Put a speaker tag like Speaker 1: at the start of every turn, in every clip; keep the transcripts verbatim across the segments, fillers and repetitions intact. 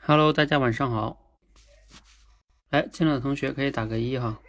Speaker 1: Hello，大家晚上好。来，进来的同学可以打个一哈。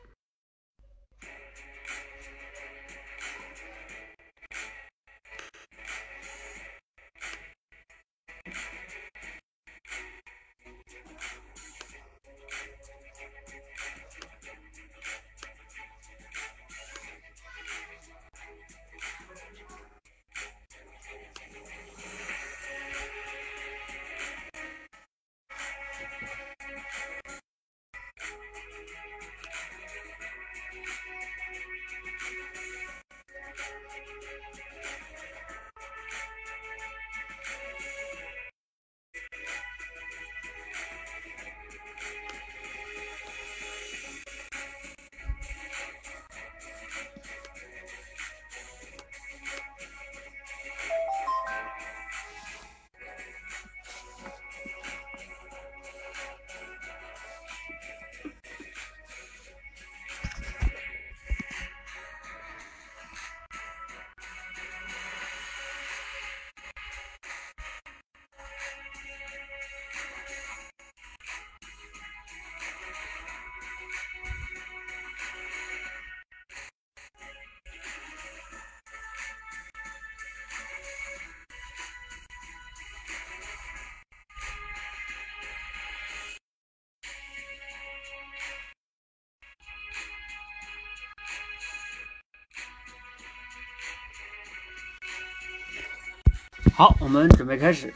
Speaker 1: 好，我们准备开始。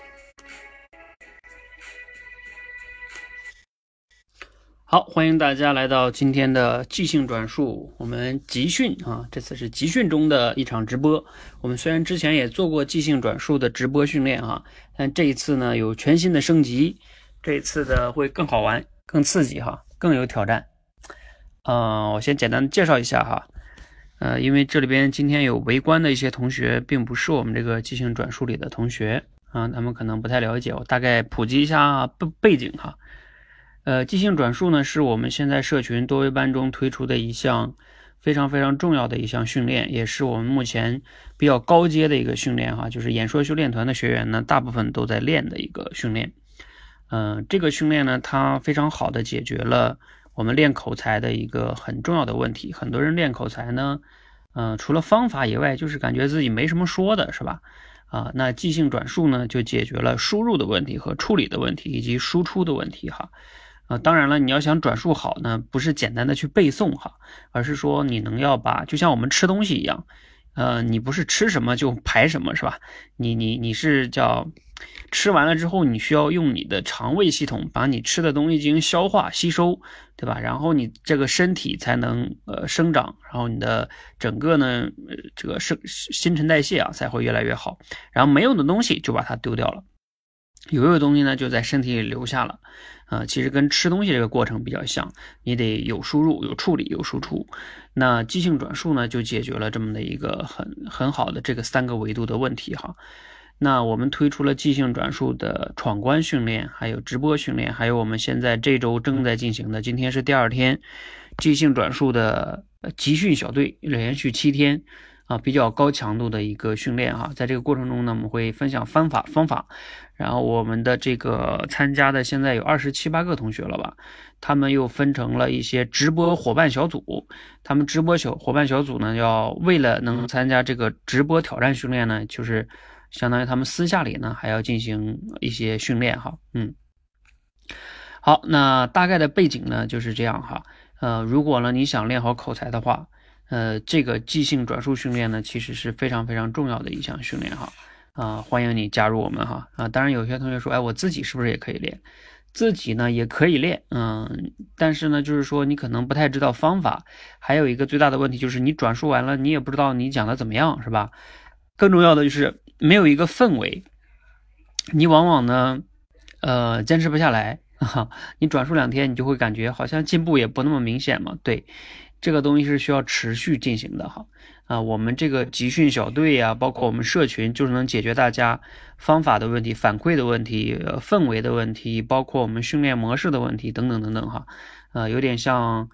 Speaker 1: 好，欢迎大家来到今天的即兴转述，我们集训啊，这次是集训中的一场直播。我们虽然之前也做过即兴转述的直播训练哈，但这一次呢有全新的升级，这一次的会更好玩、更刺激哈，更有挑战。呃，我先简单介绍一下哈。呃，因为这里边今天有围观的一些同学，并不是我们这个即兴转述里的同学啊，他们可能不太了解，我大概普及一下背背景哈。呃，即兴转述呢，是我们现在社群多维班中推出的一项非常非常重要的一项训练，也是我们目前比较高阶的一个训练哈，就是演说修炼团的学员呢，大部分都在练的一个训练。嗯、呃，这个训练呢，它非常好的解决了我们练口才的一个很重要的问题。很多人练口才呢，嗯、呃，除了方法以外，就是感觉自己没什么说的，是吧？啊，那即兴转述呢，就解决了输入的问题和处理的问题，以及输出的问题哈。啊，当然了，你要想转述好呢，不是简单的去背诵哈，而是说你能要把，就像我们吃东西一样，呃，你不是吃什么就排什么，是吧？你你你是叫吃完了之后，你需要用你的肠胃系统把你吃的东西进行消化吸收，对吧？然后你这个身体才能呃生长，然后你的整个呢、呃、这个生新陈代谢啊才会越来越好。然后没用的东西就把它丢掉了。有用的东西呢就在身体里留下了，呃，其实跟吃东西这个过程比较像，你得有输入、有处理、有输出。那即兴转述呢，就解决了这么的一个很很好的这个三个维度的问题哈。那我们推出了即兴转述的闯关训练，还有直播训练，还有我们现在这周正在进行的，今天是第二天，即兴转述的集训小队，连续七天。啊，比较高强度的一个训练哈，在这个过程中呢，我们会分享方法方法，然后我们的这个参加的现在有二十七八个同学了吧，他们又分成了一些直播伙伴小组，他们直播小伙伴小组呢，要为了能参加这个直播挑战训练呢，就是相当于他们私下里呢还要进行一些训练哈，嗯，好，那大概的背景呢就是这样哈，呃，如果呢你想练好口才的话。呃，这个即兴转述训练呢，其实是非常非常重要的一项训练哈，啊、呃，欢迎你加入我们哈，啊，当然有些同学说，哎，我自己是不是也可以练？自己呢也可以练，嗯，但是呢，就是说你可能不太知道方法，还有一个最大的问题就是你转述完了，你也不知道你讲的怎么样，是吧？更重要的就是没有一个氛围，你往往呢，呃，坚持不下来，哈，你转述两天，你就会感觉好像进步也不那么明显嘛，对。这个东西是需要持续进行的哈，啊，我们这个集训小队呀、啊，包括我们社群，就是能解决大家方法的问题、反馈的问题、呃、氛围的问题，包括我们训练模式的问题等等等等哈，呃，有点像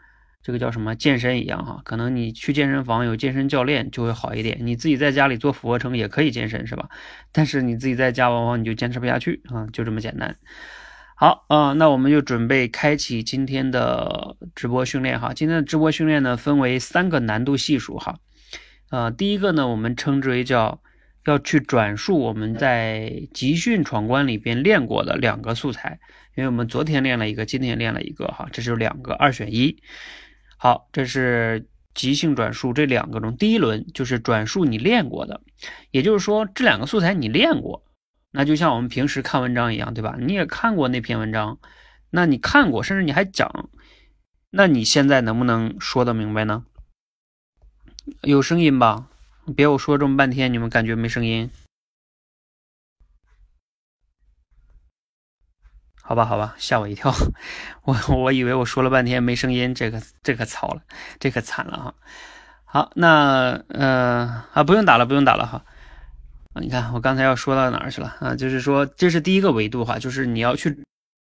Speaker 1: 这个叫什么健身一样哈，可能你去健身房有健身教练就会好一点，你自己在家里做俯卧撑也可以健身是吧？但是你自己在家往往你就坚持不下去啊，就这么简单。好啊、呃，那我们就准备开启今天的直播训练哈。今天的直播训练呢分为三个难度系数哈。呃，第一个呢我们称之为叫要去转述我们在集训闯关里边练过的两个素材，因为我们昨天练了一个，今天练了一个哈，这就是两个二选一。好，这是即兴转述这两个中，第一轮就是转述你练过的，也就是说这两个素材你练过，那就像我们平时看文章一样，对吧？你也看过那篇文章，那你看过，甚至你还讲，那你现在能不能说得明白呢？有声音吧？别我说这么半天，你们感觉没声音？好吧，好吧，吓我一跳，我我以为我说了半天没声音，这个这可操了，这可惨了哈。好，那呃啊，不用打了，不用打了哈。你看我刚才要说到哪儿去了啊？就是说这是第一个维度哈，就是你要去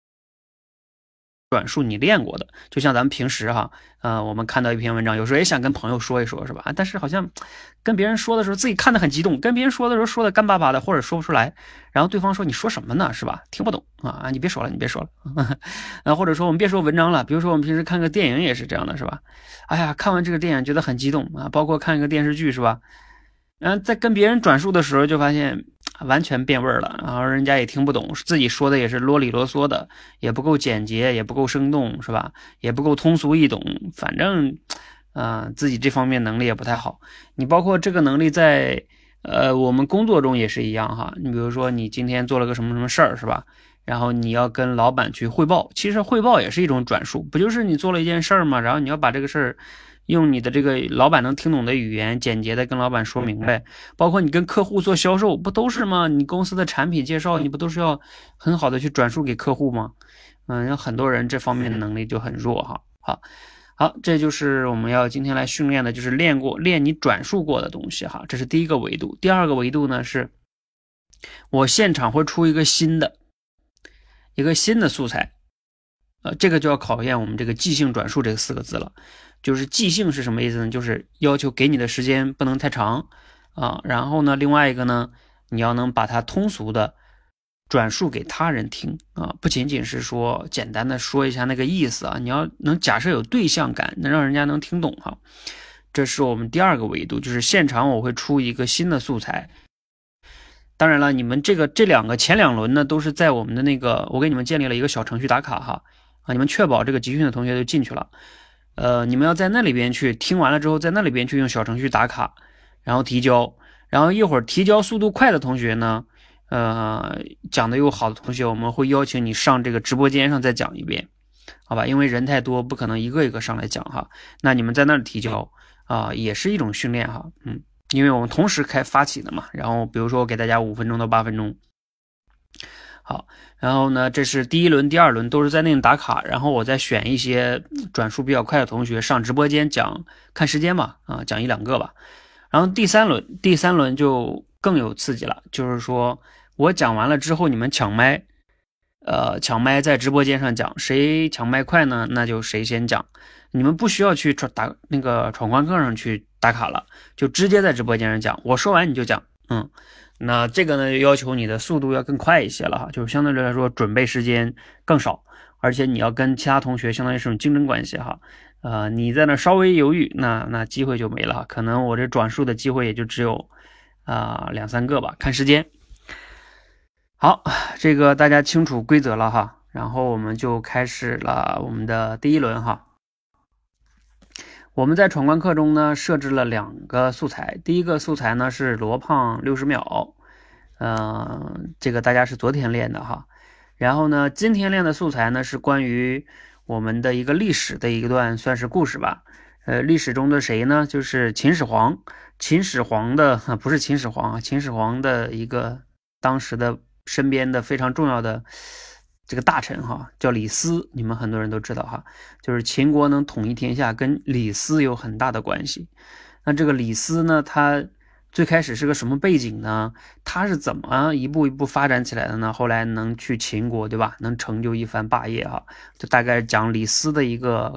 Speaker 1: 转述你练过的，就像咱们平时哈，呃，我们看到一篇文章，有时候也想跟朋友说一说，是吧？但是好像跟别人说的时候，自己看得很激动，跟别人说的时候说的干巴巴的，或者说不出来，然后对方说你说什么呢，是吧？听不懂啊，你别说了，你别说了，啊，或者说我们别说文章了，比如说我们平时看个电影也是这样的，是吧？哎呀，看完这个电影觉得很激动啊，包括看一个电视剧，是吧？然后在跟别人转述的时候，就发现完全变味儿了，然后人家也听不懂，自己说的也是啰里啰嗦的，也不够简洁，也不够生动，是吧？也不够通俗易懂，反正，呃，自己这方面能力也不太好。你包括这个能力在，呃，我们工作中也是一样哈。你比如说你今天做了个什么什么事儿，是吧？然后你要跟老板去汇报，其实汇报也是一种转述，不就是你做了一件事儿吗？然后你要把这个事儿用你的这个老板能听懂的语言简洁的跟老板说明白，包括你跟客户做销售不都是吗？你公司的产品介绍你不都是要很好的去转述给客户吗？嗯，有很多人这方面的能力就很弱哈。好，好，这就是我们要今天来训练的，就是练过练你转述过的东西哈，这是第一个维度。第二个维度呢是，我现场会出一个新的一个新的素材，呃，这个就要考验我们这个即兴转述这四个字了。就是即兴是什么意思呢？就是要求给你的时间不能太长啊，然后呢，另外一个呢，你要能把它通俗的转述给他人听啊，不仅仅是说简单的说一下那个意思啊，你要能假设有对象感，能让人家能听懂哈。这是我们第二个维度，就是现场我会出一个新的素材。当然了，你们这个这两个前两轮呢，都是在我们的那个，我给你们建立了一个小程序打卡哈啊，你们确保这个集训的同学就进去了。呃，你们要在那里边去听完了之后，在那里边去用小程序打卡，然后提交，然后一会儿提交速度快的同学呢，呃，讲的又好的同学，我们会邀请你上这个直播间上再讲一遍，好吧？因为人太多，不可能一个一个上来讲哈。那你们在那里提交啊、呃，也是一种训练哈，嗯，因为我们同时开发起的嘛。然后比如说我给大家五分钟到八分钟。好，然后呢，这是第一轮、第二轮都是在那里打卡，然后我再选一些转述比较快的同学上直播间讲，看时间吧，啊，讲一两个吧。然后第三轮，第三轮就更有刺激了，就是说我讲完了之后，你们抢麦，呃，抢麦在直播间上讲，谁抢麦快呢，那就谁先讲。你们不需要去打那个闯关课上去打卡了，就直接在直播间上讲，我说完你就讲，嗯。那这个呢，要求你的速度要更快一些了哈，就是相对来说准备时间更少，而且你要跟其他同学相当于是种竞争关系哈，呃，你在那稍微犹豫，那那机会就没了哈，可能我这转述的机会也就只有啊、呃、两三个吧，看时间。好，这个大家清楚规则了哈，然后我们就开始了我们的第一轮哈。我们在闯关课中呢设置了两个素材，第一个素材呢是罗胖六十秒，呃，这个大家是昨天练的哈。然后呢，今天练的素材呢是关于我们的一个历史的一段算是故事吧。呃，历史中的谁呢？就是秦始皇，秦始皇的不是秦始皇啊，秦始皇的一个当时的身边的非常重要的这个大臣哈，叫李斯，你们很多人都知道哈，就是秦国能统一天下跟李斯有很大的关系。那这个李斯呢，他最开始是个什么背景呢？他是怎么一步一步发展起来的呢？后来能去秦国，对吧？能成就一番霸业哈，就大概讲李斯的一个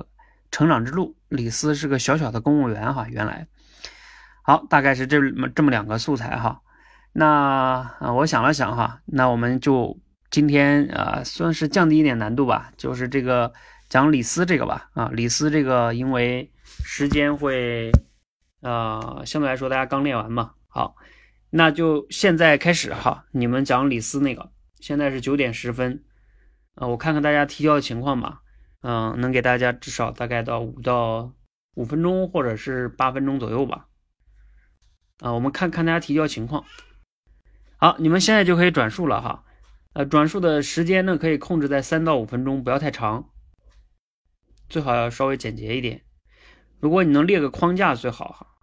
Speaker 1: 成长之路。李斯是个小小的公务员哈，原来。好，大概是这么这么两个素材哈。那啊，我想了想哈，那我们就今天啊，算是降低一点难度吧，就是这个讲李斯这个吧啊，李斯这个因为时间会呃相对来说大家刚练完嘛，好，那就现在开始哈，你们讲李斯那个，现在是九点十分，呃，我看看大家提交的情况吧，嗯、呃，能给大家至少大概到五到五分钟或者是八分钟左右吧。啊，我们看看大家提交情况。好，你们现在就可以转述了哈。呃，转述的时间呢，可以控制在三到五分钟，不要太长，最好要稍微简洁一点。如果你能列个框架最好哈。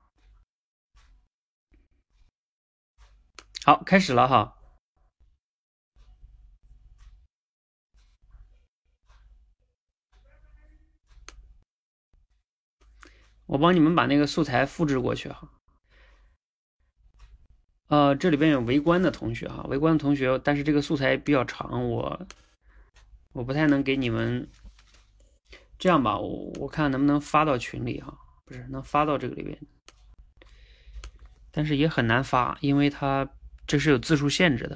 Speaker 1: 好，开始了哈。我帮你们把那个素材复制过去哈。呃，这里边有围观的同学哈，围观的同学，但是这个素材比较长，我我不太能给你们。这样吧，我我看能不能发到群里哈，不是能发到这个里边，但是也很难发，因为它这是有字数限制的。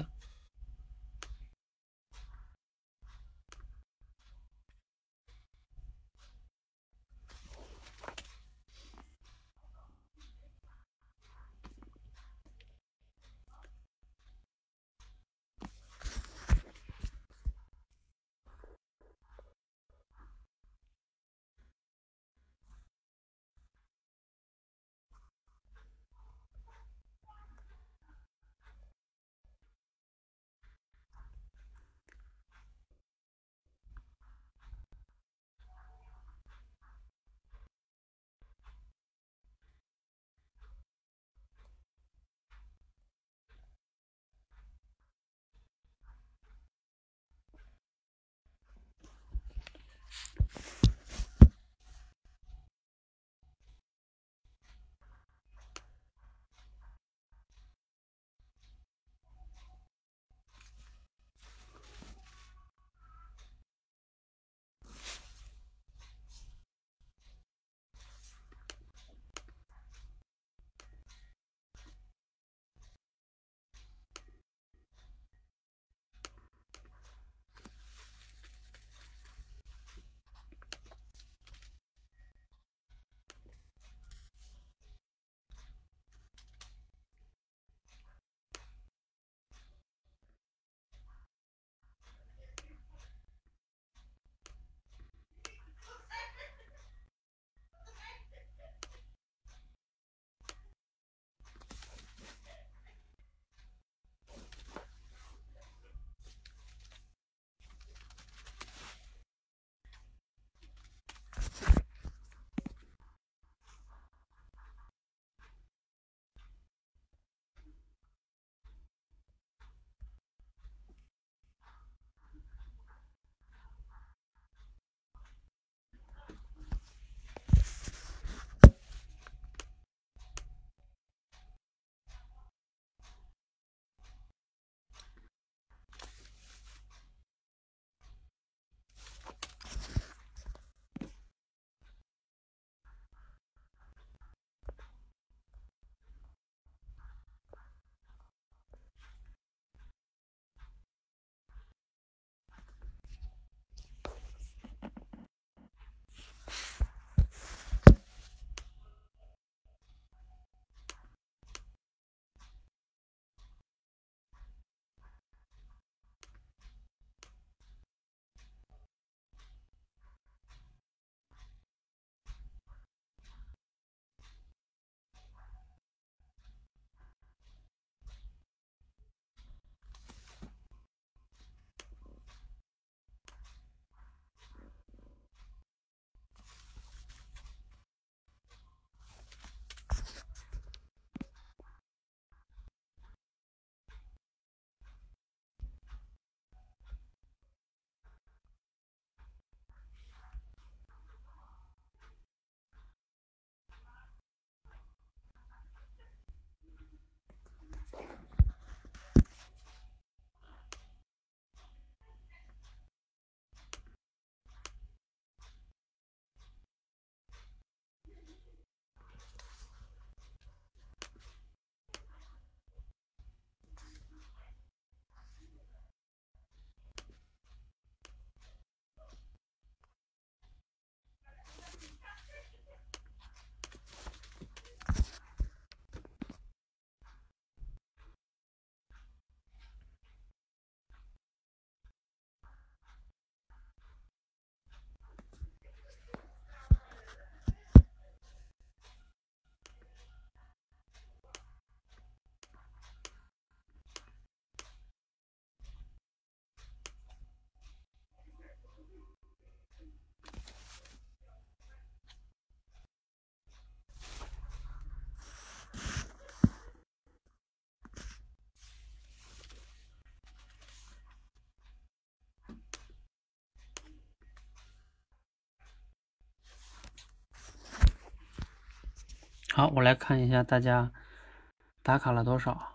Speaker 1: 好，我来看一下大家打卡了多少。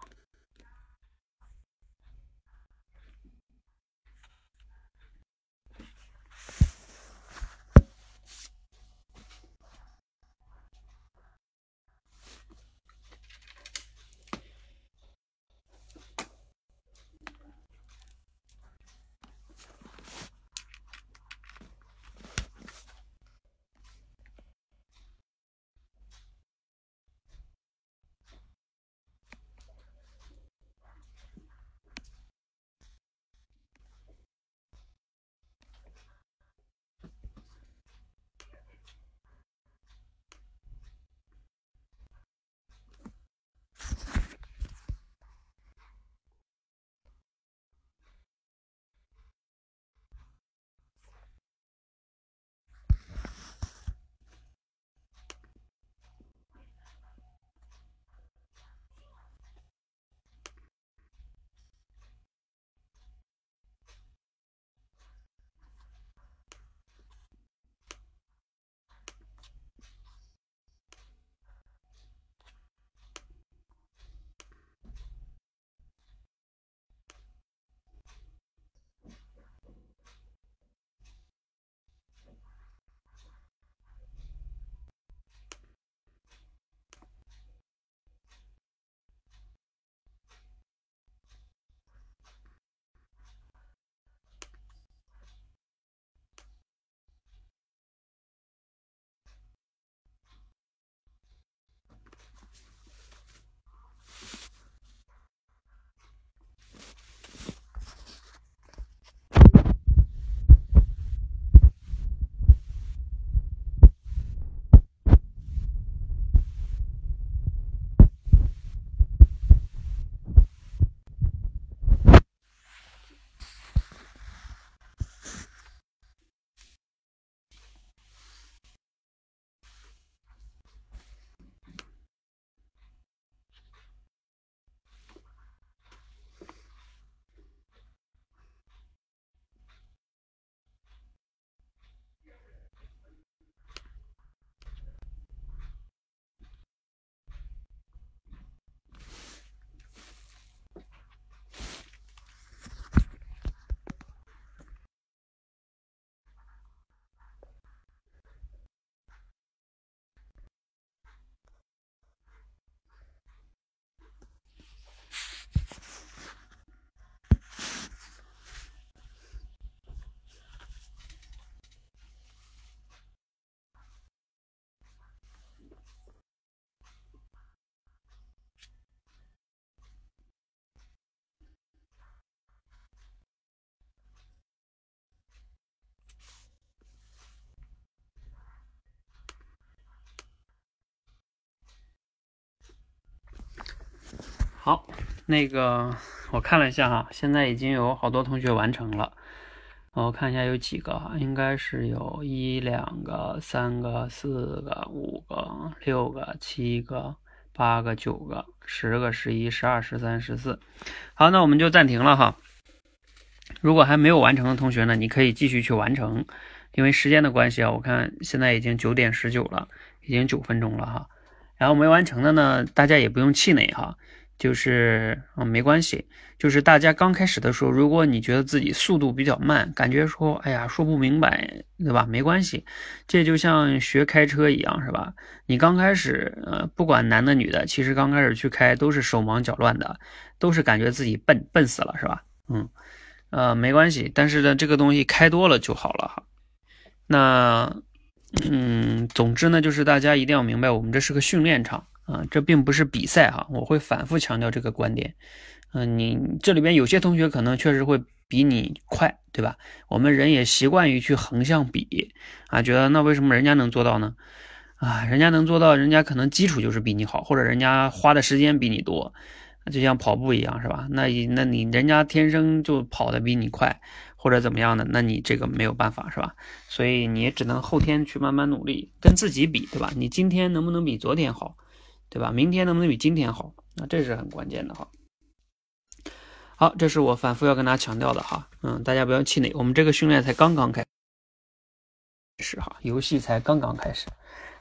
Speaker 1: 好，那个我看了一下哈，现在已经有好多同学完成了。我看一下有几个哈，应该是有一两个、三个、四个、五个、六个、七个、八个、九个、十个、十一、十二、十三、十四。好，那我们就暂停了哈。如果还没有完成的同学呢，你可以继续去完成，因为时间的关系啊，我看现在已经九点十九了，已经九分钟了哈。然后没完成的呢，大家也不用气馁哈。就是嗯没关系，就是大家刚开始的时候，如果你觉得自己速度比较慢，感觉说哎呀说不明白，对吧？没关系，这就像学开车一样，是吧？你刚开始呃不管男的女的，其实刚开始去开都是手忙脚乱的，都是感觉自己笨笨死了，是吧？嗯呃没关系，但是呢这个东西开多了就好了哈。那嗯总之呢就是大家一定要明白，我们这是个训练场。啊，这并不是比赛哈，我会反复强调这个观点。嗯、呃，你这里边有些同学可能确实会比你快，对吧？我们人也习惯于去横向比啊，觉得那为什么人家能做到呢？啊，人家能做到，人家可能基础就是比你好，或者人家花的时间比你多，就像跑步一样，是吧？那那你人家天生就跑得比你快，或者怎么样的，那你这个没有办法，是吧？所以你只能后天去慢慢努力，跟自己比，对吧？你今天能不能比昨天好？对吧？明天能不能比今天好？那这是很关键的哈。好，这是我反复要跟大家强调的哈。嗯，大家不要气馁，我们这个训练才刚刚开始哈，游戏才刚刚开始。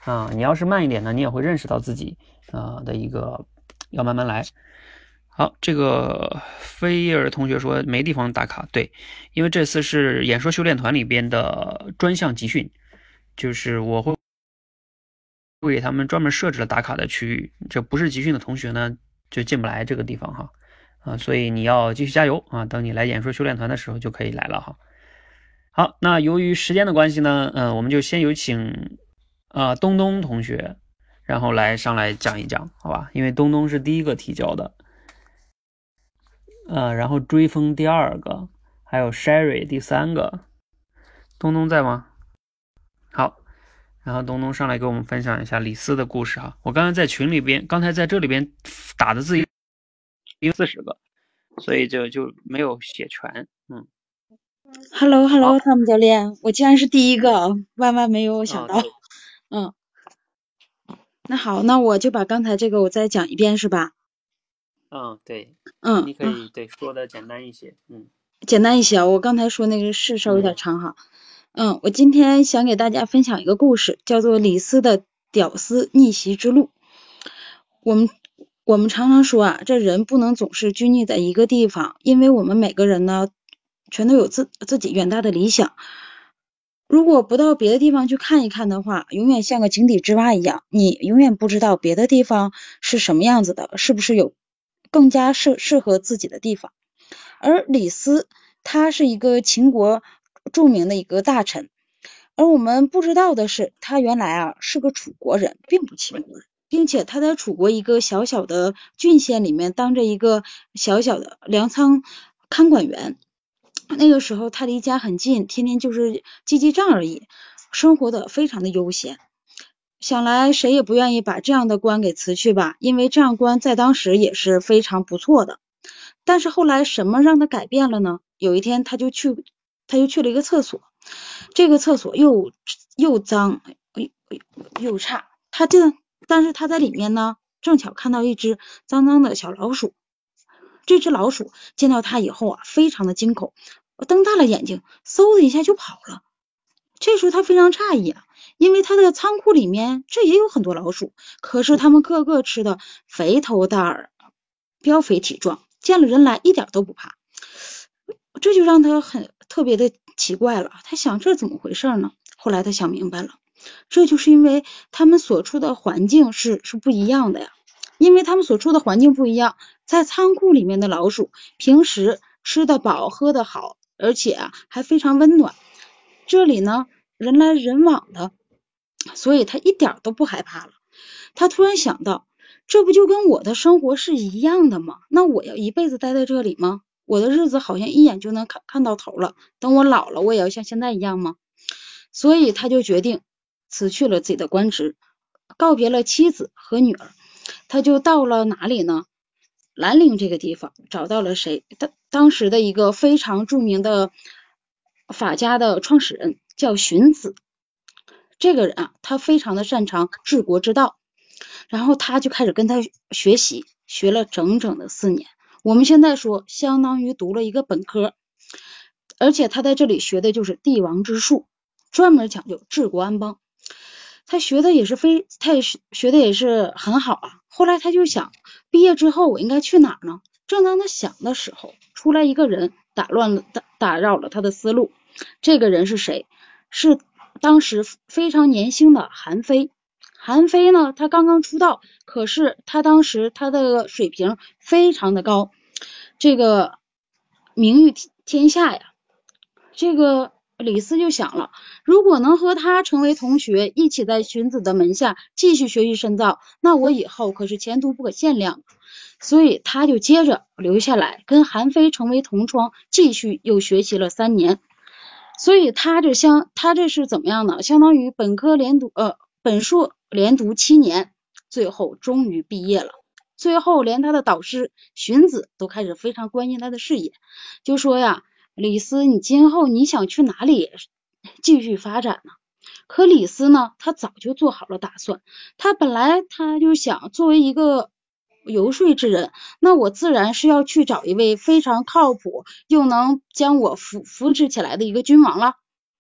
Speaker 1: 啊、呃，你要是慢一点呢，你也会认识到自己啊、呃、的一个要慢慢来。好，这个菲尔同学说没地方打卡，对，因为这次是演说修炼团里边的专项集训，就是我会会给他们专门设置了打卡的区域，这不是集训的同学呢就进不来这个地方哈，啊，所以你要继续加油啊，等你来演说修炼团的时候就可以来了哈。好，那由于时间的关系呢，嗯、呃，我们就先有请啊、呃、东东同学，然后来上来讲一讲，好吧？因为东东是第一个提交的。呃，然后追风第二个，还有 Sherry 第三个，东东在吗？好，然后东东上来给我们分享一下李斯的故事哈。我刚才在群里边，刚才在这里边打的字有四十个，所以就就没有写全。嗯
Speaker 2: ，Hello Hello，汤姆教练，我竟然是第一个，万万没有想到。哦、嗯，那好，那我就把刚才这个我再讲一遍，是吧？
Speaker 1: 嗯，对，
Speaker 2: 嗯，
Speaker 1: 你可以对说的简单一些，嗯，
Speaker 2: 简单一些，我刚才说那个是稍微有点长哈。嗯，我今天想给大家分享一个故事，叫做李斯的屌丝逆袭之路。我们我们常常说啊，这人不能总是拘泥在一个地方，因为我们每个人呢，全都有自自己远大的理想。如果不到别的地方去看一看的话，永远像个井底之蛙一样，你永远不知道别的地方是什么样子的，是不是有更加适适合自己的地方。而李斯他是一个秦国著名的一个大臣，而我们不知道的是，他原来啊是个楚国人，并不秦国人，并且他在楚国一个小小的郡县里面当着一个小小的粮仓看管员。那个时候他离家很近，天天就是记记账而已，生活的非常的悠闲。想来谁也不愿意把这样的官给辞去吧，因为这样官在当时也是非常不错的。但是后来什么让他改变了呢？有一天他就去他就去了一个厕所，这个厕所又又脏又差，他这但是他在里面呢，正巧看到一只脏脏的小老鼠。这只老鼠见到他以后啊，非常的惊恐，瞪大了眼睛，嗖的一下就跑了。这时候他非常诧异啊，因为他的仓库里面这也有很多老鼠，可是他们个个吃的肥头大耳，膘肥体壮，见了人来一点都不怕。这就让他很特别的奇怪了，他想这怎么回事呢？后来他想明白了，这就是因为他们所处的环境是是不一样的呀。因为他们所处的环境不一样，在仓库里面的老鼠平时吃得饱喝得好，而且啊还非常温暖，这里呢人来人往的，所以他一点都不害怕了。他突然想到，这不就跟我的生活是一样的吗？那我要一辈子待在这里吗？我的日子好像一眼就能看看到头了，等我老了我也要像现在一样吗？所以他就决定辞去了自己的官职，告别了妻子和女儿。他就到了哪里呢？兰陵这个地方，找到了谁？当当时的一个非常著名的法家的创始人叫荀子。这个人啊，他非常的擅长治国之道，然后他就开始跟他学习，学了整整的四年。我们现在说，相当于读了一个本科，而且他在这里学的就是帝王之术，专门讲究治国安邦。他学的也是非，他也学的也是很好啊。后来他就想，毕业之后我应该去哪儿呢？正当他想的时候，出来一个人打乱了打打扰了他的思路。这个人是谁？是当时非常年轻的韩非。韩非呢，他刚刚出道，可是他当时他的水平非常的高，这个名誉天下呀。这个李斯就想了，如果能和他成为同学，一起在荀子的门下继续学习深造，那我以后可是前途不可限量。所以他就接着留下来，跟韩非成为同窗，继续又学习了三年。所以他这相他这是怎么样呢？相当于本科连读呃本硕连读七年，最后终于毕业了。最后连他的导师荀子都开始非常关心他的事业，就说呀，李斯，你今后你想去哪里继续发展呢？可李斯呢，他早就做好了打算。他本来他就想作为一个游说之人，那我自然是要去找一位非常靠谱又能将我扶扶持起来的一个君王了。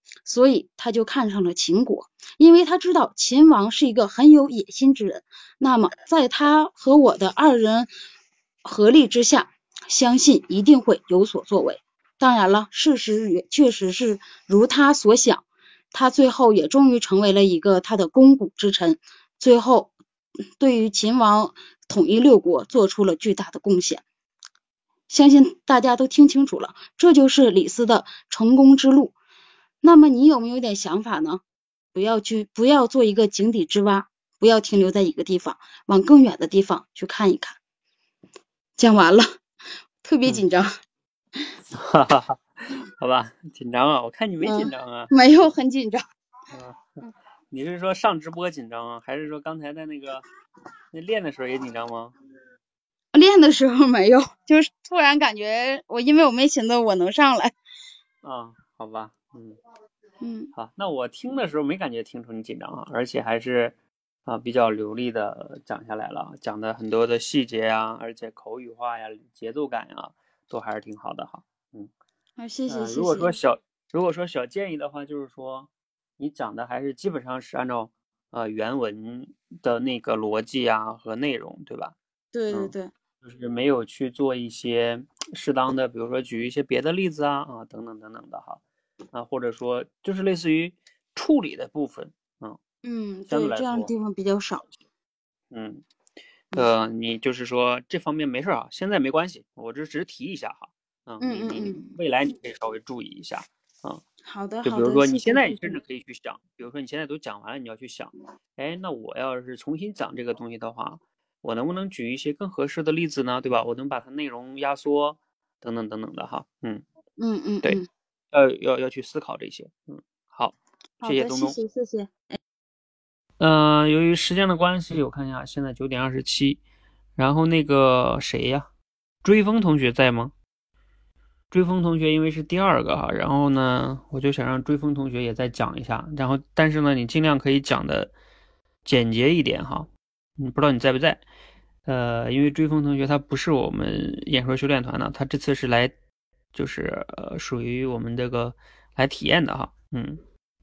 Speaker 2: 所以他就看上了秦国，因为他知道秦王是一个很有野心之人，那么在他和我的二人合力之下，相信一定会有所作为。当然了，事实也确实是如他所想，他最后也终于成为了一个他的肱骨之臣，最后对于秦王统一六国做出了巨大的贡献。相信大家都听清楚了，这就是李斯的成功之路。那么你有没有点想法呢？不要去，不要做一个井底之蛙，不要停留在一个地方，往更远的地方去看一看。讲完了，特别紧张。
Speaker 1: 哈哈哈，好吧，紧张啊？我看你没紧张啊。
Speaker 2: 嗯、没有很紧张。
Speaker 1: 嗯，你是说上直播紧张啊，还是说刚才在那个那练的时候也紧张吗？
Speaker 2: 练的时候没有，就是突然感觉我，因为我没寻思我能上来。
Speaker 1: 啊，好吧，嗯
Speaker 2: 嗯，
Speaker 1: 好，那我听的时候没感觉听出你紧张啊，而且还是啊比较流利的讲下来了，讲的很多的细节呀，而且口语化呀、节奏感呀，都还是挺好的哈。嗯，
Speaker 2: 好，谢谢、
Speaker 1: 呃、
Speaker 2: 谢谢。
Speaker 1: 如果说小如果说小建议的话，就是说你讲的还是基本上是按照呃原文的那个逻辑啊和内容，对吧？
Speaker 2: 对对对。
Speaker 1: 嗯，就是没有去做一些适当的，比如说举一些别的例子啊啊等等等等的哈。啊，或者说就是类似于处理的部分，嗯
Speaker 2: 嗯，对，
Speaker 1: 相对来说，
Speaker 2: 这样的地方比较少。
Speaker 1: 嗯，呃，你就是说这方面没事啊，现在没关系，我这只是提一下哈，嗯，
Speaker 2: 嗯
Speaker 1: 你你
Speaker 2: 嗯嗯，
Speaker 1: 未来你可以稍微注意一下，嗯，
Speaker 2: 好的好的，
Speaker 1: 就比如说你
Speaker 2: 谢谢谢谢。
Speaker 1: 现在甚至可以去想，比如说你现在都讲完了，你要去想，哎，那我要是重新讲这个东西的话，我能不能举一些更合适的例子呢？对吧？我能把它内容压缩，等等等等的哈，嗯，
Speaker 2: 嗯嗯
Speaker 1: 对，
Speaker 2: 嗯，
Speaker 1: 要要要去思考这些，嗯，好，
Speaker 2: 好的，谢
Speaker 1: 谢谢东东。
Speaker 2: 谢谢谢。
Speaker 1: 嗯、呃由于时间的关系，我看一下，现在九点二十七。然后那个谁呀，追风同学在吗？追风同学因为是第二个哈，然后呢，我就想让追风同学也再讲一下。然后，但是呢，你尽量可以讲的简洁一点哈。嗯，不知道你在不在？呃，因为追风同学他不是我们演说修炼团的，他这次是来，就是呃，属于我们这个来体验的哈。嗯，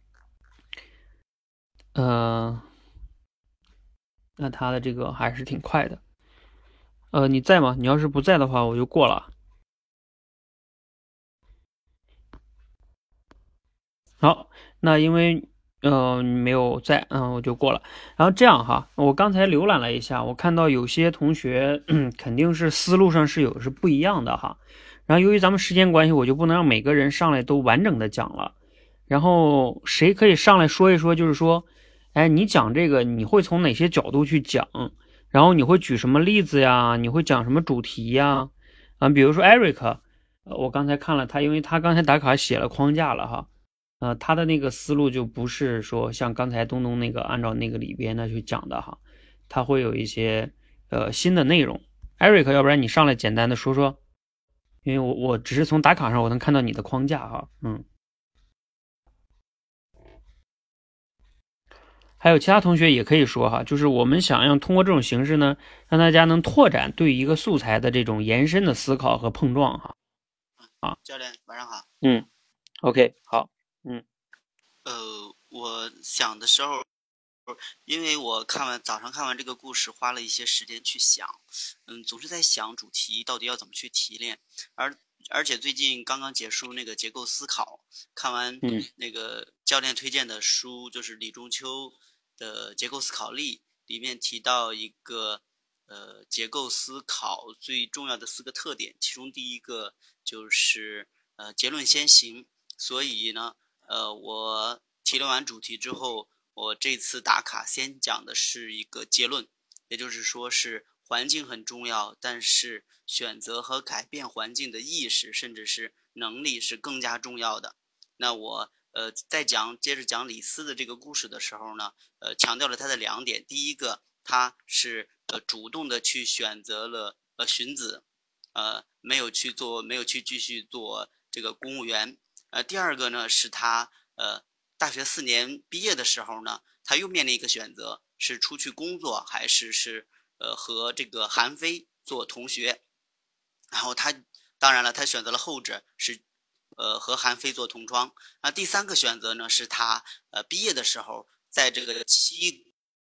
Speaker 1: 呃。那他的这个还是挺快的。呃，你在吗？你要是不在的话，我就过了。好，那因为呃你没有在，嗯，我就过了。然后这样哈，我刚才浏览了一下，我看到有些同学肯定是思路上是有是不一样的哈。然后由于咱们时间关系，我就不能让每个人上来都完整的讲了。然后谁可以上来说一说，就是说，哎，你讲这个你会从哪些角度去讲？然后你会举什么例子呀？你会讲什么主题呀？啊，比如说 Eric，呃，我刚才看了他，因为他刚才打卡写了框架了哈。呃，他的那个思路就不是说像刚才东东那个按照那个里边的去讲的哈，他会有一些呃新的内容。Eric，要不然你上来简单的说说，因为我我只是从打卡上我能看到你的框架哈，嗯。还有其他同学也可以说哈，就是我们想要通过这种形式呢，让大家能拓展对一个素材的这种延伸的思考和碰撞哈。啊，
Speaker 3: 教练晚上好。
Speaker 1: 嗯 ，OK， 好，嗯，
Speaker 3: 呃，我想的时候，因为我看完早上看完这个故事，花了一些时间去想，嗯，总是在想主题到底要怎么去提炼，而而且最近刚刚结束那个结构思考，看完那个教练推荐的书，就是李中秋的结构思考力，里面提到一个呃结构思考最重要的四个特点，其中第一个就是呃结论先行，所以呢，呃我提炼完主题之后，我这次打卡先讲的是一个结论，也就是说是环境很重要，但是选择和改变环境的意识甚至是能力是更加重要的。那我呃在讲接着讲李斯的这个故事的时候呢，呃强调了他的两点，第一个他是呃主动的去选择了呃荀子，呃没有去做没有去继续做这个公务员，呃第二个呢是他呃大学四年毕业的时候呢，他又面临一个选择，是出去工作还是是呃和这个韩非做同学，然后他当然了他选择了后者，是呃和韩非做同窗。那第三个选择呢，是他呃毕业的时候，在这个七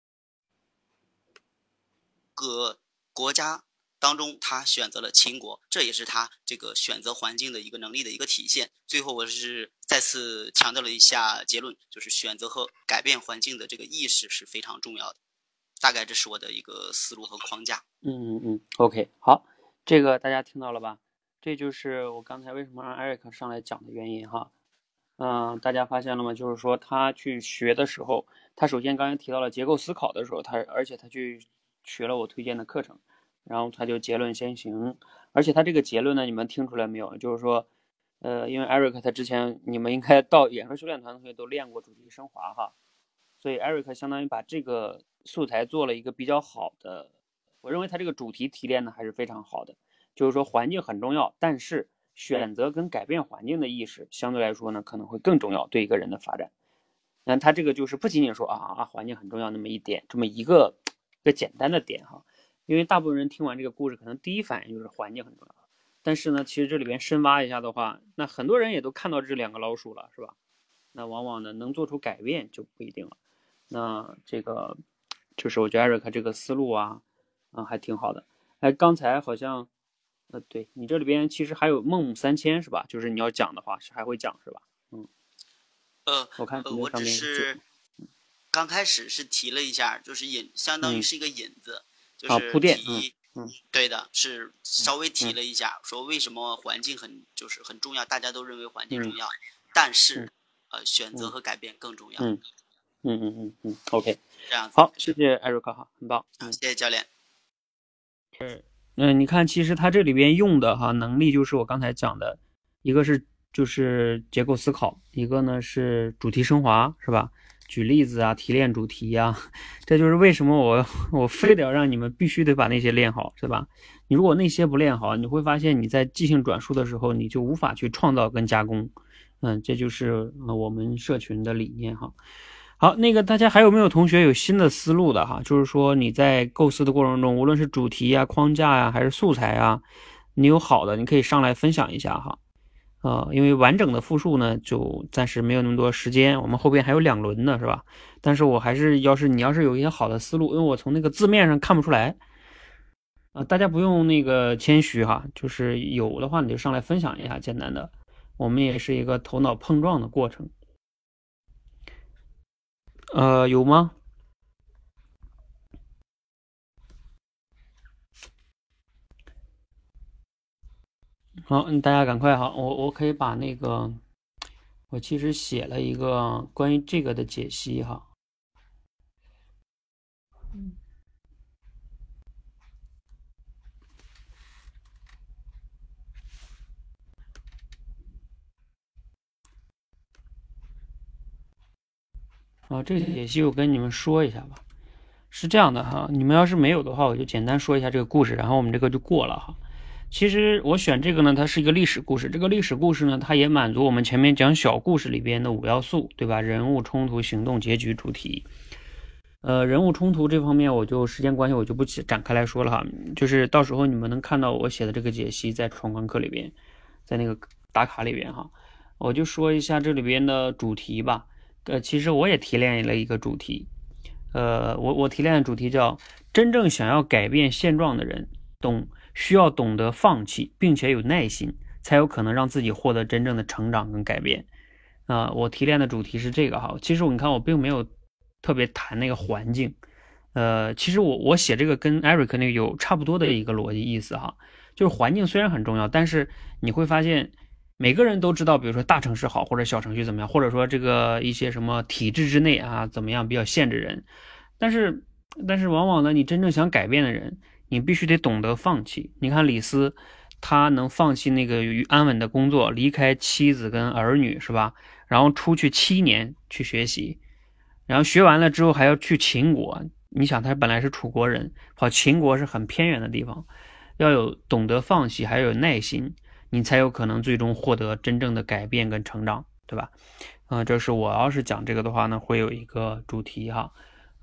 Speaker 3: 个国家当中，他选择了秦国，这也是他这个选择环境的一个能力的一个体现。最后我是再次强调了一下结论，就是选择和改变环境的这个意识是非常重要的。大概这是我的一个思路和框架。
Speaker 1: 嗯嗯嗯 ，OK， 好，这个大家听到了吧？这就是我刚才为什么让 Eric 上来讲的原因哈。嗯、呃，大家发现了吗？就是说他去学的时候，他首先刚才提到了结构思考的时候，他而且他去学了我推荐的课程，然后他就结论先行，而且他这个结论呢，你们听出来没有？就是说，呃，因为 Eric 他之前你们应该到演说修炼团同学都练过主题升华哈。所以 Eric 相当于把这个素材做了一个比较好的，我认为他这个主题提炼的还是非常好的，就是说环境很重要，但是选择跟改变环境的意识相对来说呢可能会更重要，对一个人的发展。那他这个就是不仅仅说啊啊环境很重要那么一点，这么一个一个简单的点哈，因为大部分人听完这个故事可能第一反应就是环境很重要，但是呢其实这里边深挖一下的话，那很多人也都看到这两个老鼠了，是吧？那往往呢能做出改变就不一定了。那这个就是我觉得 Eric 这个思路啊，啊还挺好的。哎，刚才好像，呃，对你这里边其实还有孟母三迁是吧？就是你要讲的话是还会讲是吧？嗯，
Speaker 3: 呃
Speaker 1: 我看
Speaker 3: 呃，我只是刚开始是提了一下，就是引，相当于是一个引子，
Speaker 1: 嗯、
Speaker 3: 就是
Speaker 1: 啊铺垫，
Speaker 3: 提，
Speaker 1: 嗯，嗯
Speaker 3: 对的，是稍微提
Speaker 1: 嗯
Speaker 3: 了一下，说为什么环境很就是很重要，大家都认为环境
Speaker 1: 嗯
Speaker 3: 重要，但是、
Speaker 1: 嗯、
Speaker 3: 呃选择和改变更重要。
Speaker 1: 嗯嗯嗯嗯嗯 ，OK，
Speaker 3: 这样子。
Speaker 1: 好，谢谢 Eric 哈，很棒。
Speaker 3: 嗯，谢谢教练。
Speaker 1: 嗯、呃，你看，其实他这里边用的哈能力就是我刚才讲的，一个是就是结构思考，一个呢是主题升华，是吧？举例子啊，提炼主题呀、啊，这就是为什么我我非得要让你们必须得把那些练好，是吧？你如果那些不练好，你会发现你在即兴转述的时候，你就无法去创造跟加工。嗯，这就是我们社群的理念哈。好，那个大家还有没有同学有新的思路的哈？就是说你在构思的过程中，无论是主题啊、框架呀、啊，还是素材啊，你有好的，你可以上来分享一下哈。呃，因为完整的复述呢，就暂时没有那么多时间，我们后边还有两轮呢，是吧？但是我还是要是你要是有一些好的思路，因为我从那个字面上看不出来，啊、呃，大家不用那个谦虚哈，就是有的话你就上来分享一下，简单的，我们也是一个头脑碰撞的过程。呃，有吗？好，大家赶快哈，我我可以把那个，我其实写了一个关于这个的解析哈。啊，这个解析我跟你们说一下吧。是这样的哈，你们要是没有的话，我就简单说一下这个故事，然后我们这个就过了哈。其实我选这个呢，它是一个历史故事。这个历史故事呢，它也满足我们前面讲小故事里边的五要素，对吧？人物、冲突、行动、结局、主题。呃，人物冲突这方面，我就时间关系，我就不展开来说了哈。就是到时候你们能看到我写的这个解析在闯关课里边，在那个打卡里边哈。我就说一下这里边的主题吧。呃，其实我也提炼了一个主题。呃，我我提炼的主题叫真正想要改变现状的人，懂需要懂得放弃，并且有耐心，才有可能让自己获得真正的成长跟改变。啊、呃，我提炼的主题是这个哈。其实你看，我并没有特别谈那个环境。呃，其实我我写这个跟 Eric 那个有差不多的一个逻辑意思哈。就是环境虽然很重要，但是你会发现每个人都知道，比如说大城市好，或者小城市怎么样，或者说这个一些什么体制之内啊怎么样比较限制人。但是，但是往往呢，你真正想改变的人，你必须得懂得放弃。你看李斯，他能放弃那个安稳的工作，离开妻子跟儿女，是吧？然后出去七年去学习，然后学完了之后还要去秦国。你想，他本来是楚国人，跑秦国是很偏远的地方，要有懂得放弃，还要有耐心，你才有可能最终获得真正的改变跟成长，对吧？嗯、呃，这是我要是讲这个的话呢，会有一个主题哈。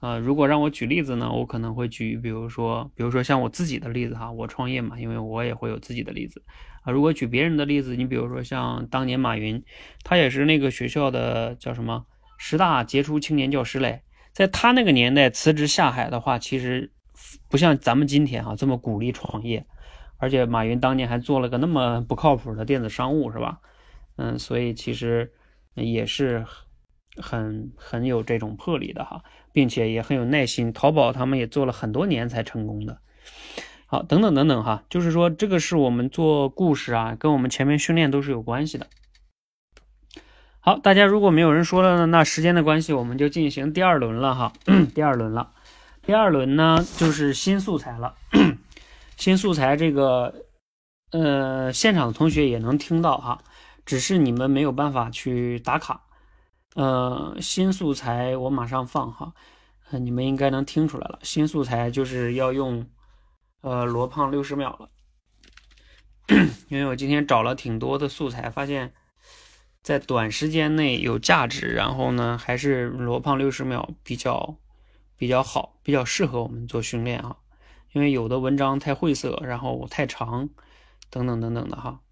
Speaker 1: 呃，如果让我举例子呢，我可能会举，比如说，比如说像我自己的例子哈，我创业嘛，因为我也会有自己的例子啊。如果举别人的例子，你比如说像当年马云，他也是那个学校的叫什么十大杰出青年教师嘞，在他那个年代辞职下海的话，其实不像咱们今天哈这么鼓励创业，而且马云当年还做了个那么不靠谱的电子商务，是吧？嗯，所以其实也是很很有这种魄力的哈。并且也很有耐心，淘宝他们也做了很多年才成功的。好，等等等等哈，就是说这个是我们做故事啊，跟我们前面训练都是有关系的。好，大家如果没有人说了呢，那时间的关系，我们就进行第二轮了哈。第二轮了，第二轮呢就是新素材了。新素材这个，呃，现场的同学也能听到哈，只是你们没有办法去打卡。呃，新素材我马上放哈，呃，你们应该能听出来了。新素材就是要用呃罗胖六十秒了，因为我今天找了挺多的素材，发现在短时间内有价值，然后呢还是罗胖六十秒比较比较好，比较适合我们做训练啊。因为有的文章太晦涩，然后太长，等等等等的哈。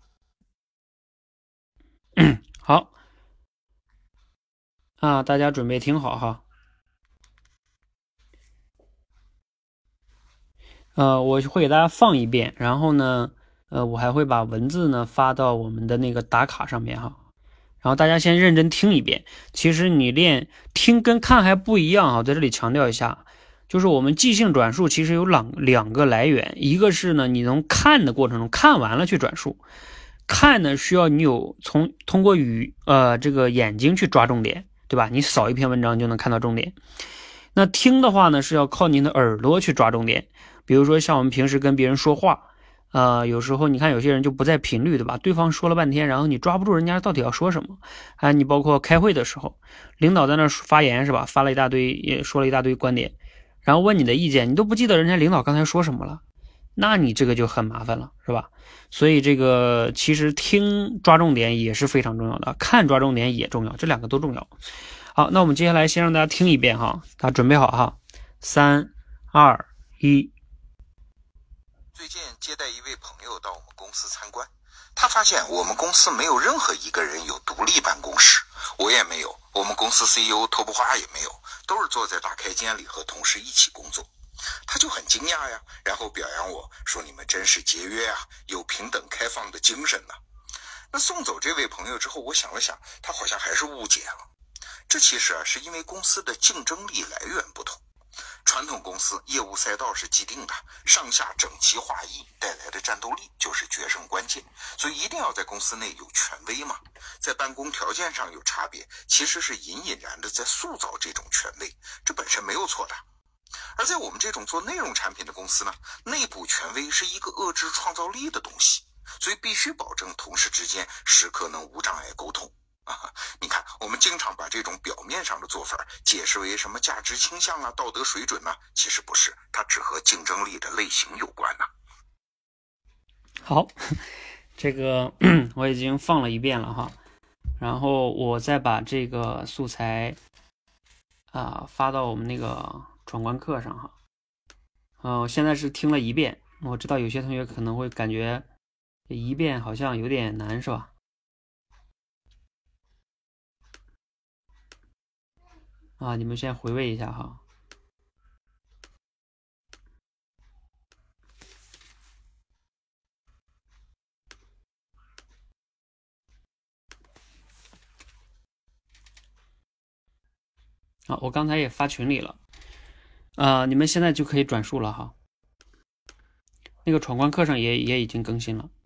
Speaker 1: 好。啊，大家准备听好哈。呃，我会给大家放一遍，然后呢，呃，我还会把文字呢发到我们的那个打卡上面哈。然后大家先认真听一遍。其实你练听跟看还不一样啊，在这里强调一下，就是我们即兴转述其实有两两个来源，一个是呢你能看的过程中看完了去转述，看呢需要你有从通过语呃这个眼睛去抓重点。对吧？你扫一篇文章就能看到重点。那听的话呢，是要靠您的耳朵去抓重点。比如说像我们平时跟别人说话，呃，有时候你看有些人就不在频率，对吧？对方说了半天，然后你抓不住人家到底要说什么。啊，你包括开会的时候，领导在那发言是吧？发了一大堆，也说了一大堆观点，然后问你的意见，你都不记得人家领导刚才说什么了，那你这个就很麻烦了，是吧？所以这个其实听抓重点也是非常重要的，看抓重点也重要，这两个都重要。好，那我们接下来先让大家听一遍哈，大家准备好哈，三、二、一。
Speaker 4: 最近接待一位朋友到我们公司参观，他发现我们公司没有任何一个人有独立办公室，我也没有，我们公司 C E O 托布花也没有，都是坐在大开间里和同事一起工作。他就很惊讶呀，然后表扬我说：“你们真是节约啊，有平等开放的精神呢。”那送走这位朋友之后，我想了想，他好像还是误解了。这其实啊，是因为公司的竞争力来源不同。传统公司业务赛道是既定的，上下整齐划一带来的战斗力就是决胜关键，所以一定要在公司内有权威嘛。在办公条件上有差别，其实是隐隐然的在塑造这种权威，这本身没有错的。而在我们这种做内容产品的公司呢，内部权威是一个遏制创造力的东西，所以必须保证同事之间时刻能无障碍沟通。啊，你看，我们经常把这种表面上的做法解释为什么价值倾向啊、道德水准呢？其实不是，它只和竞争力的类型有关呢。
Speaker 1: 好，这个我已经放了一遍了哈，然后我再把这个素材啊、呃、发到我们那个闯关课上哈。呃，我现在是听了一遍，我知道有些同学可能会感觉一遍好像有点难，是吧？啊，你们先回味一下哈。啊，我刚才也发群里了，呃，你们现在就可以转述了哈。那个闯关课上也也已经更新了。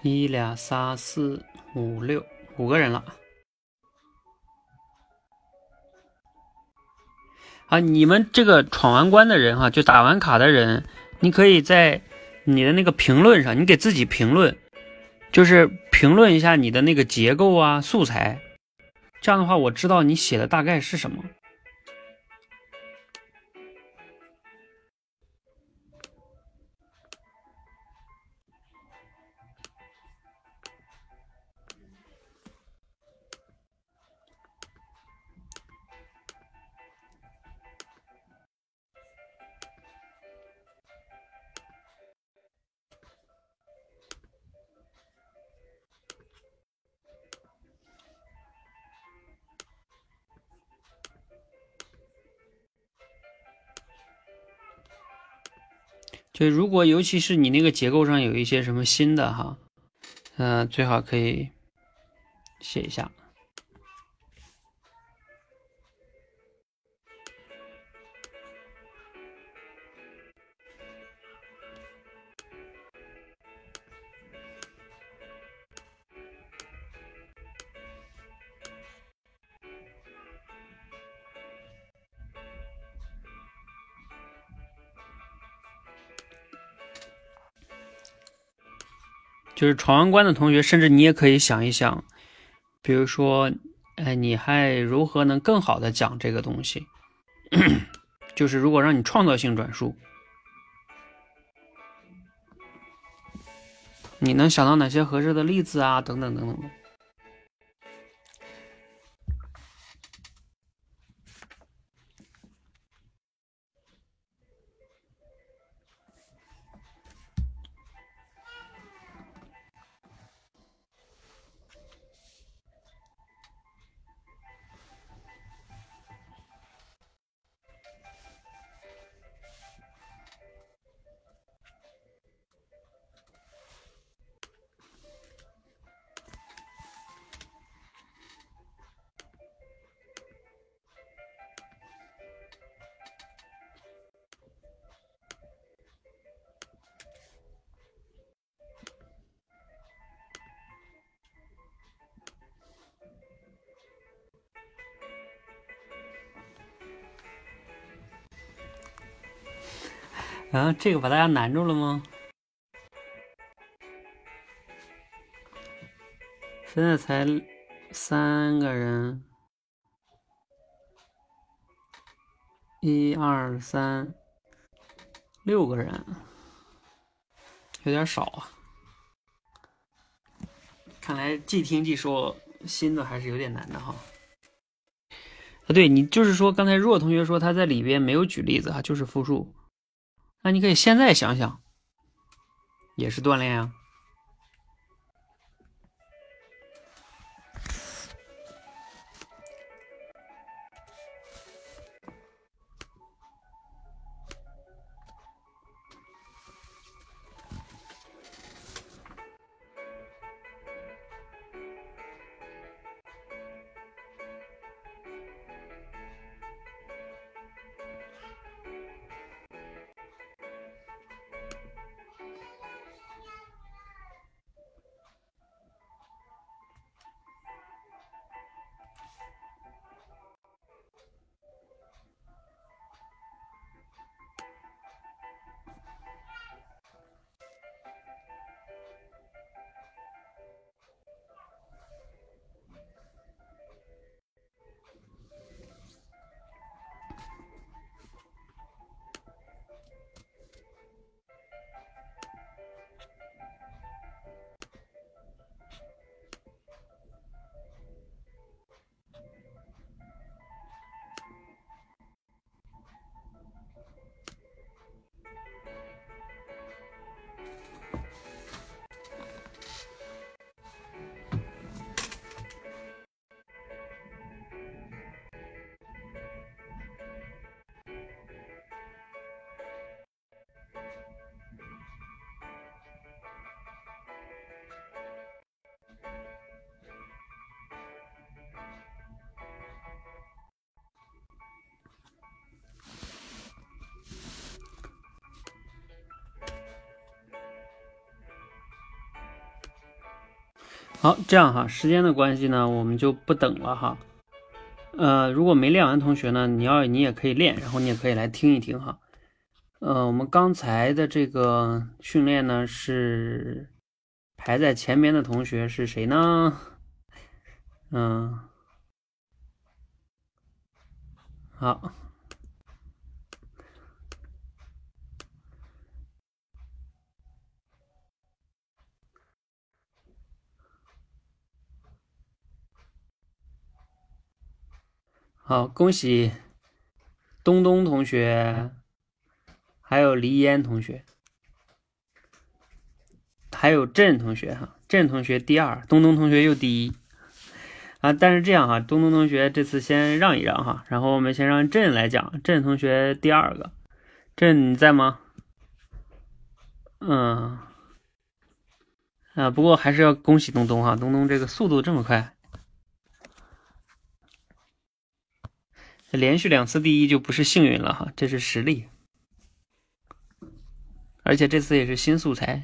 Speaker 1: 一俩仨四五六五个人了。啊，你们这个闯完关的人哈、啊，就打完卡的人，你可以在你的那个评论上，你给自己评论，就是评论一下你的那个结构啊、素材，这样的话我知道你写的大概是什么。就如果尤其是你那个结构上有一些什么新的哈，嗯、呃，最好可以写一下。就是闯完关的同学，甚至你也可以想一想，比如说，哎，你还如何能更好的讲这个东西？就是如果让你创造性转述，你能想到哪些合适的例子啊？等等等等。啊，这个把大家难住了吗？现在才三个人，一二三，六个人，有点少啊。看来既听既说新的还是有点难的哈。啊，对，你就是说刚才若同学说他在里边没有举例子哈，就是复述。那你可以现在想想，也是锻炼啊。 好，这样哈，时间的关系呢，我们就不等了哈。呃，如果没练完的同学呢，你要你也可以练，然后你也可以来听一听哈。呃，我们刚才的这个训练呢，是排在前面的同学是谁呢？嗯，好。好，恭喜东东同学，还有黎烟同学，还有郑同学哈，郑同学第二，东东同学又第一啊。但是这样哈，东东同学这次先让一让哈，然后我们先让郑来讲，郑同学第二个，郑你在吗？嗯，啊，不过还是要恭喜东东哈，东东这个速度这么快，连续两次第一就不是幸运了哈，这是实力，而且这次也是新素材。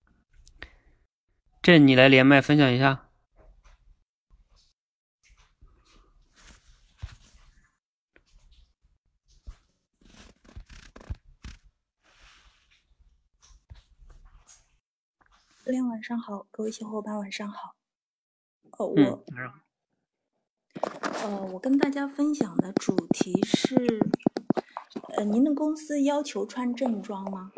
Speaker 1: 郑，你来连麦分享一下。
Speaker 5: 大家晚上好，各位小伙伴晚上好。呃，我、
Speaker 1: 嗯，
Speaker 5: 呃，我跟大家分享的主题是，呃，您的公司要求穿正装吗？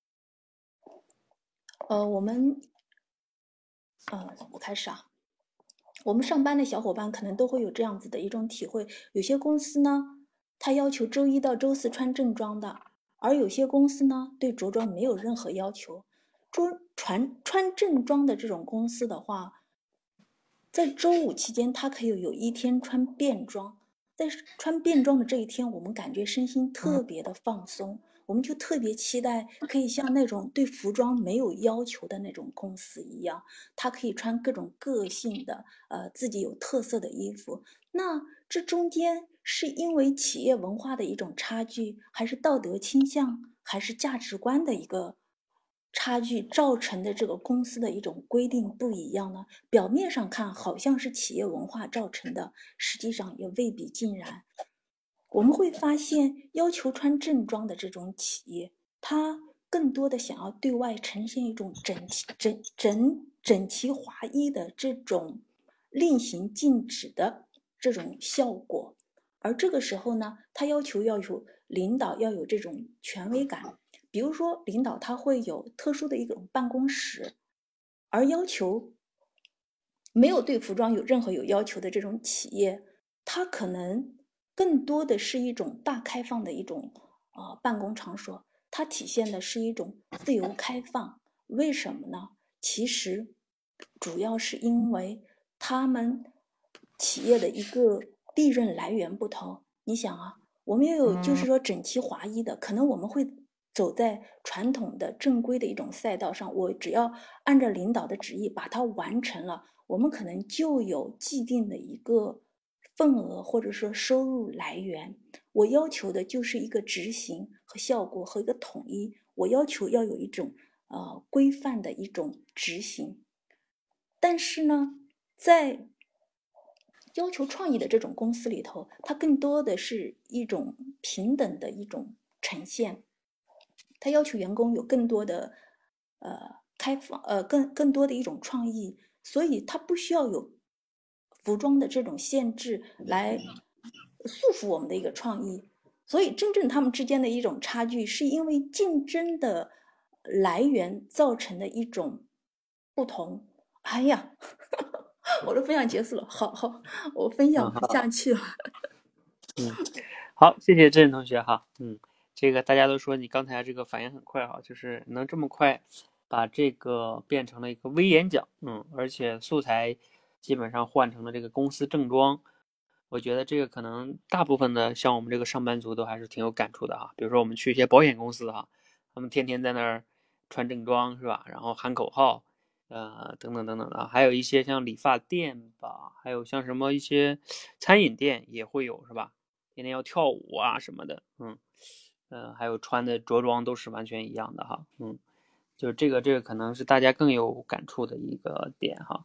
Speaker 5: 呃，我们，呃，我开始啊。我们上班的小伙伴可能都会有这样子的一种体会，有些公司呢，它要求周一到周四穿正装的，而有些公司呢，对着装没有任何要求。穿穿穿正装的这种公司的话，在周五期间，它可以有一天穿便装。在穿便装的这一天，我们感觉身心特别的放松，我们就特别期待可以像那种对服装没有要求的那种公司一样，它可以穿各种个性的、呃自己有特色的衣服。那这中间是因为企业文化的一种差距，还是道德倾向，还是价值观的一个差距造成的这个公司的一种规定不一样呢？表面上看好像是企业文化造成的，实际上也未必尽然。我们会发现，要求穿正装的这种企业，它更多的想要对外呈现一种整齐、整整整齐划一的这种令行禁止的这种效果。而这个时候呢，他要求要有领导要有这种权威感。比如说，领导他会有特殊的一种办公室，而要求没有对服装有任何有要求的这种企业，它可能更多的是一种大开放的一种呃办公场所，它体现的是一种自由开放。为什么呢？其实主要是因为他们企业的一个利润来源不同。你想啊，我们也有就是说整齐划一的，可能我们会走在传统的正规的一种赛道上，我只要按照领导的旨意把它完成了，我们可能就有既定的一个份额或者说收入来源。我要求的就是一个执行和效果和一个统一，我要求要有一种呃规范的一种执行。但是呢，在要求创意的这种公司里头，它更多的是一种平等的一种呈现。它要求员工有更多的呃开放呃更更多的一种创意，所以它不需要有服装的这种限制来束缚我们的一个创意。所以真正他们之间的一种差距，是因为竞争的来源造成的一种不同。哎呀，我的分享结束了，好好，我分享不下去了。
Speaker 1: 嗯，好，谢谢郑同学哈。嗯，这个大家都说你刚才这个反应很快哈，就是能这么快把这个变成了一个微演讲，嗯，而且素材基本上换成了这个公司正装。我觉得这个可能大部分的像我们这个上班族都还是挺有感触的哈。比如说我们去一些保险公司哈，他们天天在那儿穿正装是吧？然后喊口号，呃，等等等等的，还有一些像理发店吧，还有像什么一些餐饮店也会有是吧？天天要跳舞啊什么的，嗯，呃，还有穿的着装都是完全一样的哈，嗯，就是这个这个可能是大家更有感触的一个点哈。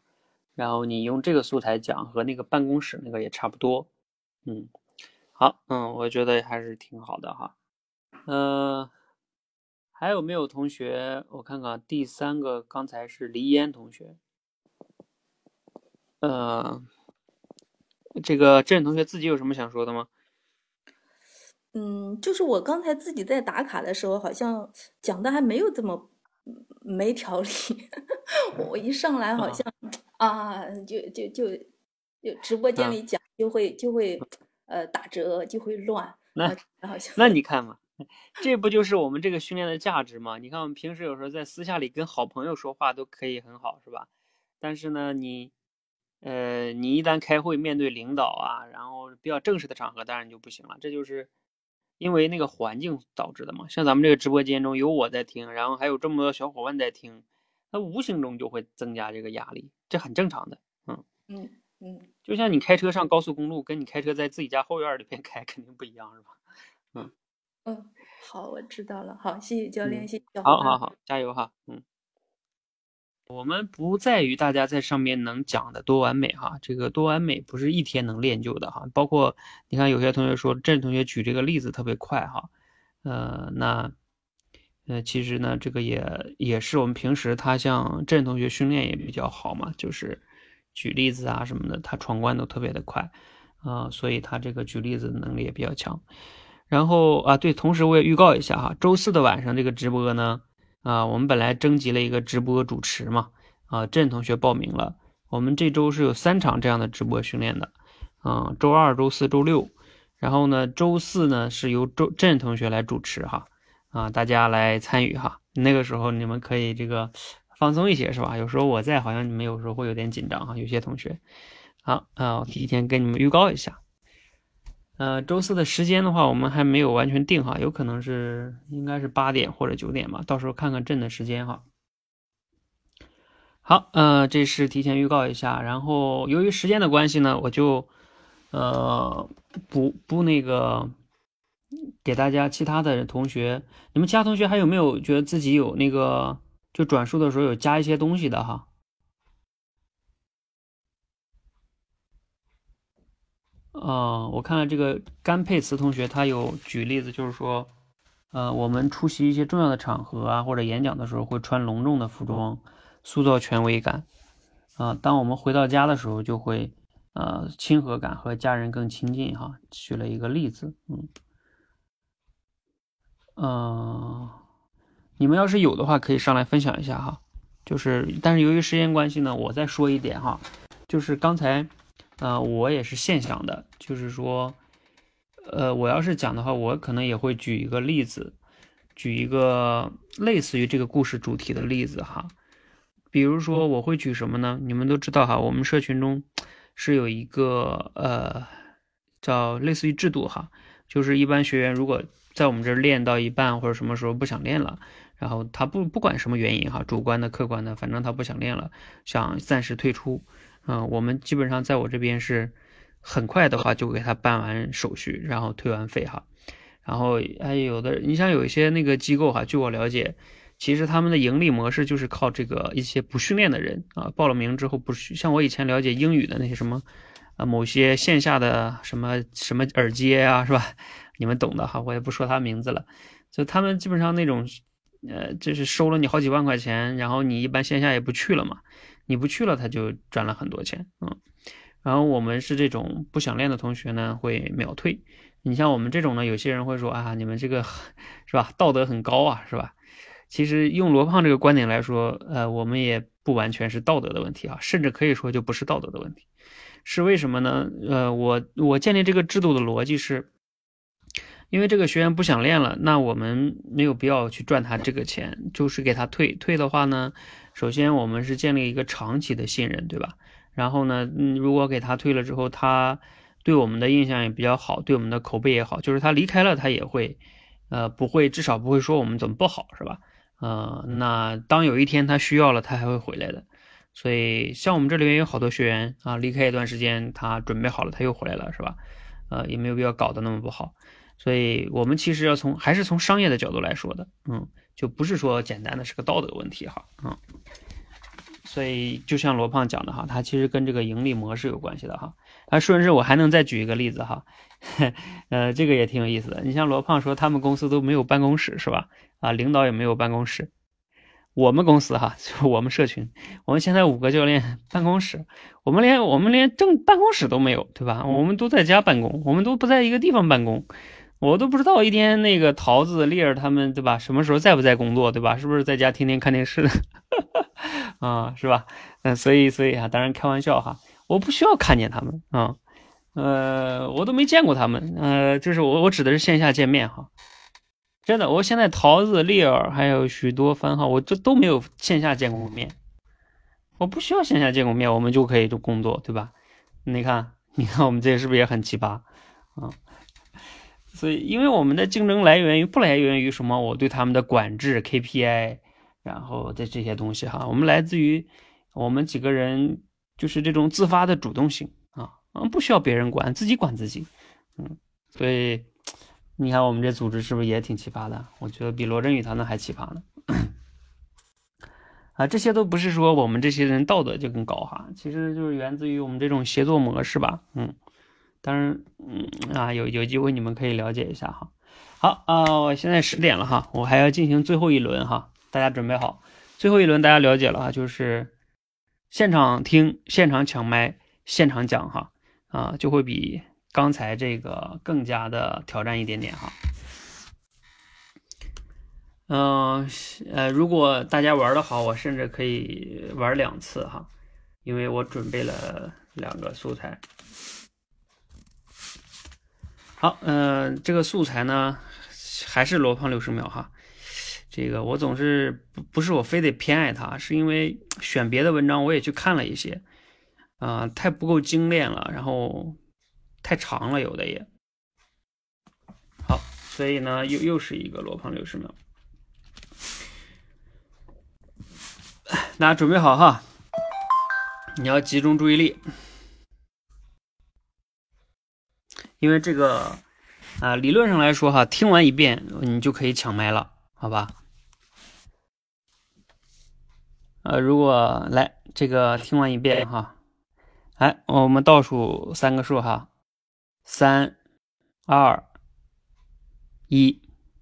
Speaker 1: 然后你用这个素材讲和那个办公室那个也差不多。嗯，好，嗯，我觉得还是挺好的哈。呃，还有没有同学？我看看第三个，刚才是黎烟同学。呃，这个郑同学自己有什么想说的吗？
Speaker 5: 嗯，就是我刚才自己在打卡的时候，好像讲的还没有这么没条理。我一上来好像啊，就就就就直播间里讲就会就会呃打折，就会乱。
Speaker 1: 那
Speaker 5: 好像
Speaker 1: 那你看嘛，这不就是我们这个训练的价值吗？你看我们平时有时候在私下里跟好朋友说话都可以很好，是吧？但是呢，你呃你一旦开会面对领导啊，然后比较正式的场合，当然就不行了。这就是因为那个环境导致的嘛。像咱们这个直播间中有我在听，然后还有这么多小伙伴在听，那无形中就会增加这个压力，这很正常的。嗯
Speaker 5: 嗯嗯，
Speaker 1: 就像你开车上高速公路，跟你开车在自己家后院里边开肯定不一样，是吧？嗯
Speaker 5: 嗯，好，我知道了。好，谢谢教练，
Speaker 1: 嗯、
Speaker 5: 谢谢小伙伴。
Speaker 1: 好好好，加油哈。嗯。我们不在于大家在上面能讲的多完美哈，这个多完美不是一天能练就的哈。包括你看有些同学说郑同学举这个例子特别快哈，呃，那呃其实呢这个也也是我们平时他像郑同学训练也比较好嘛，就是举例子啊什么的，他闯关都特别的快啊、呃，所以他这个举例子能力也比较强。然后啊对，同时我也预告一下哈，周四的晚上这个直播呢。啊，我们本来征集了一个直播主持嘛，啊，郑同学报名了。我们这周是有三场这样的直播训练的，啊，周二、周四周六，然后呢，周四呢是由周郑同学来主持哈，啊，大家来参与哈。那个时候你们可以这个放松一些是吧？有时候我在，好像你们有时候会有点紧张哈，有些同学。好啊，我提前跟你们预告一下。呃，周四的时间的话，我们还没有完全定哈，有可能是应该是八点或者九点吧，到时候看看朕的时间哈。好，呃，这是提前预告一下，然后由于时间的关系呢，我就呃不不那个给大家其他的同学，你们其他同学还有没有觉得自己有那个就转述的时候有加一些东西的哈？呃，我看了这个甘佩慈同学，他有举例子，就是说，呃，我们出席一些重要的场合啊，或者演讲的时候，会穿隆重的服装，塑造权威感。啊、呃，当我们回到家的时候，就会呃亲和感和家人更亲近哈。举了一个例子，嗯，呃，你们要是有的话，可以上来分享一下哈。就是，但是由于时间关系呢，我再说一点哈，就是刚才。呃，我也是现想的，就是说，呃，我要是讲的话，我可能也会举一个例子，举一个类似于这个故事主题的例子哈。比如说，我会举什么呢？你们都知道哈，我们社群中是有一个呃叫类似于制度哈，就是一般学员如果在我们这儿练到一半或者什么时候不想练了，然后他不不管什么原因哈，主观的、客观的，反正他不想练了，想暂时退出。嗯，我们基本上在我这边是很快的话就给他办完手续，然后退完费哈。然后还有的，你像有一些那个机构哈，据我了解，其实他们的盈利模式就是靠这个一些不训练的人啊，报了名之后不像我以前了解英语的那些什么啊，某些线下的什么什么耳街啊，是吧？你们懂的哈，我也不说他名字了。就他们基本上那种，呃，就是收了你好几万块钱，然后你一般线下也不去了嘛。你不去了，他就赚了很多钱，嗯。然后我们是这种不想练的同学呢，会秒退。你像我们这种呢，有些人会说啊，你们这个是吧，道德很高啊，是吧？其实用罗胖这个观点来说，呃，我们也不完全是道德的问题啊，甚至可以说就不是道德的问题。是为什么呢？呃，我我建立这个制度的逻辑是，因为这个学员不想练了，那我们没有必要去赚他这个钱，就是给他退。退的话呢，首先我们是建立一个长期的信任，对吧？然后呢，嗯，如果给他退了之后，他对我们的印象也比较好，对我们的口碑也好，就是他离开了，他也会，呃，不会，至少不会说我们怎么不好，是吧？呃，那当有一天他需要了，他还会回来的。所以像我们这里面有好多学员啊，离开一段时间，他准备好了，他又回来了，是吧？呃，也没有必要搞得那么不好。所以我们其实要从还是从商业的角度来说的，嗯，就不是说简单的是个道德问题哈，嗯。 所以就像罗胖讲的哈，它其实跟这个盈利模式有关系的哈。啊，顺势我还能再举一个例子哈，呃，这个也挺有意思的。你像罗胖说他们公司都没有办公室是吧？啊，领导也没有办公室。我们公司哈，就是我们社群，我们现在五个教练办公室，我们连我们连正办公室都没有，对吧？我们都在家办公，我们都不在一个地方办公，我都不知道一天那个桃子、丽儿他们，对吧？什么时候在不在工作，对吧？是不是在家天天看电视啊？是吧？嗯，所以所以啊，当然开玩笑哈，我不需要看见他们啊，呃，我都没见过他们，呃，就是我我指的是线下见面哈。真的，我现在桃子、丽儿还有许多番号，我这都没有线下见过面，我不需要线下见过面，我们就可以就工作，对吧？你看，你看我们这是不是也很奇葩啊？所以，因为我们的竞争来源于不来源于什么？我对他们的管制 K P I， 然后这这些东西哈，我们来自于我们几个人就是这种自发的主动性啊，嗯，不需要别人管，自己管自己，嗯，所以。你看我们这组织是不是也挺奇葩的？我觉得比罗振宇他那还奇葩呢。啊，这些都不是说我们这些人道德就更高哈，其实就是源自于我们这种协作模式吧。嗯，当然，嗯啊，有有机会你们可以了解一下哈。好啊、呃，我现在十点了哈，我还要进行最后一轮哈，大家准备好。最后一轮大家了解了哈，就是现场听、现场抢麦、现场讲哈，啊，就会比刚才这个更加的挑战一点点哈，嗯 呃, 呃，如果大家玩的好，我甚至可以玩两次哈，因为我准备了两个素材。好，嗯、呃，这个素材呢还是罗胖六十秒哈，这个我总是不不是我非得偏爱它，是因为选别的文章我也去看了一些，啊、呃，太不够精炼了，然后。太长了，有的也好，所以呢，又又是一个罗胖六十秒。大家准备好哈，你要集中注意力，因为这个啊、呃，理论上来说哈，听完一遍你就可以抢麦了，好吧？呃，如果来这个听完一遍哈，来，我们倒数三个数哈。三、二、一。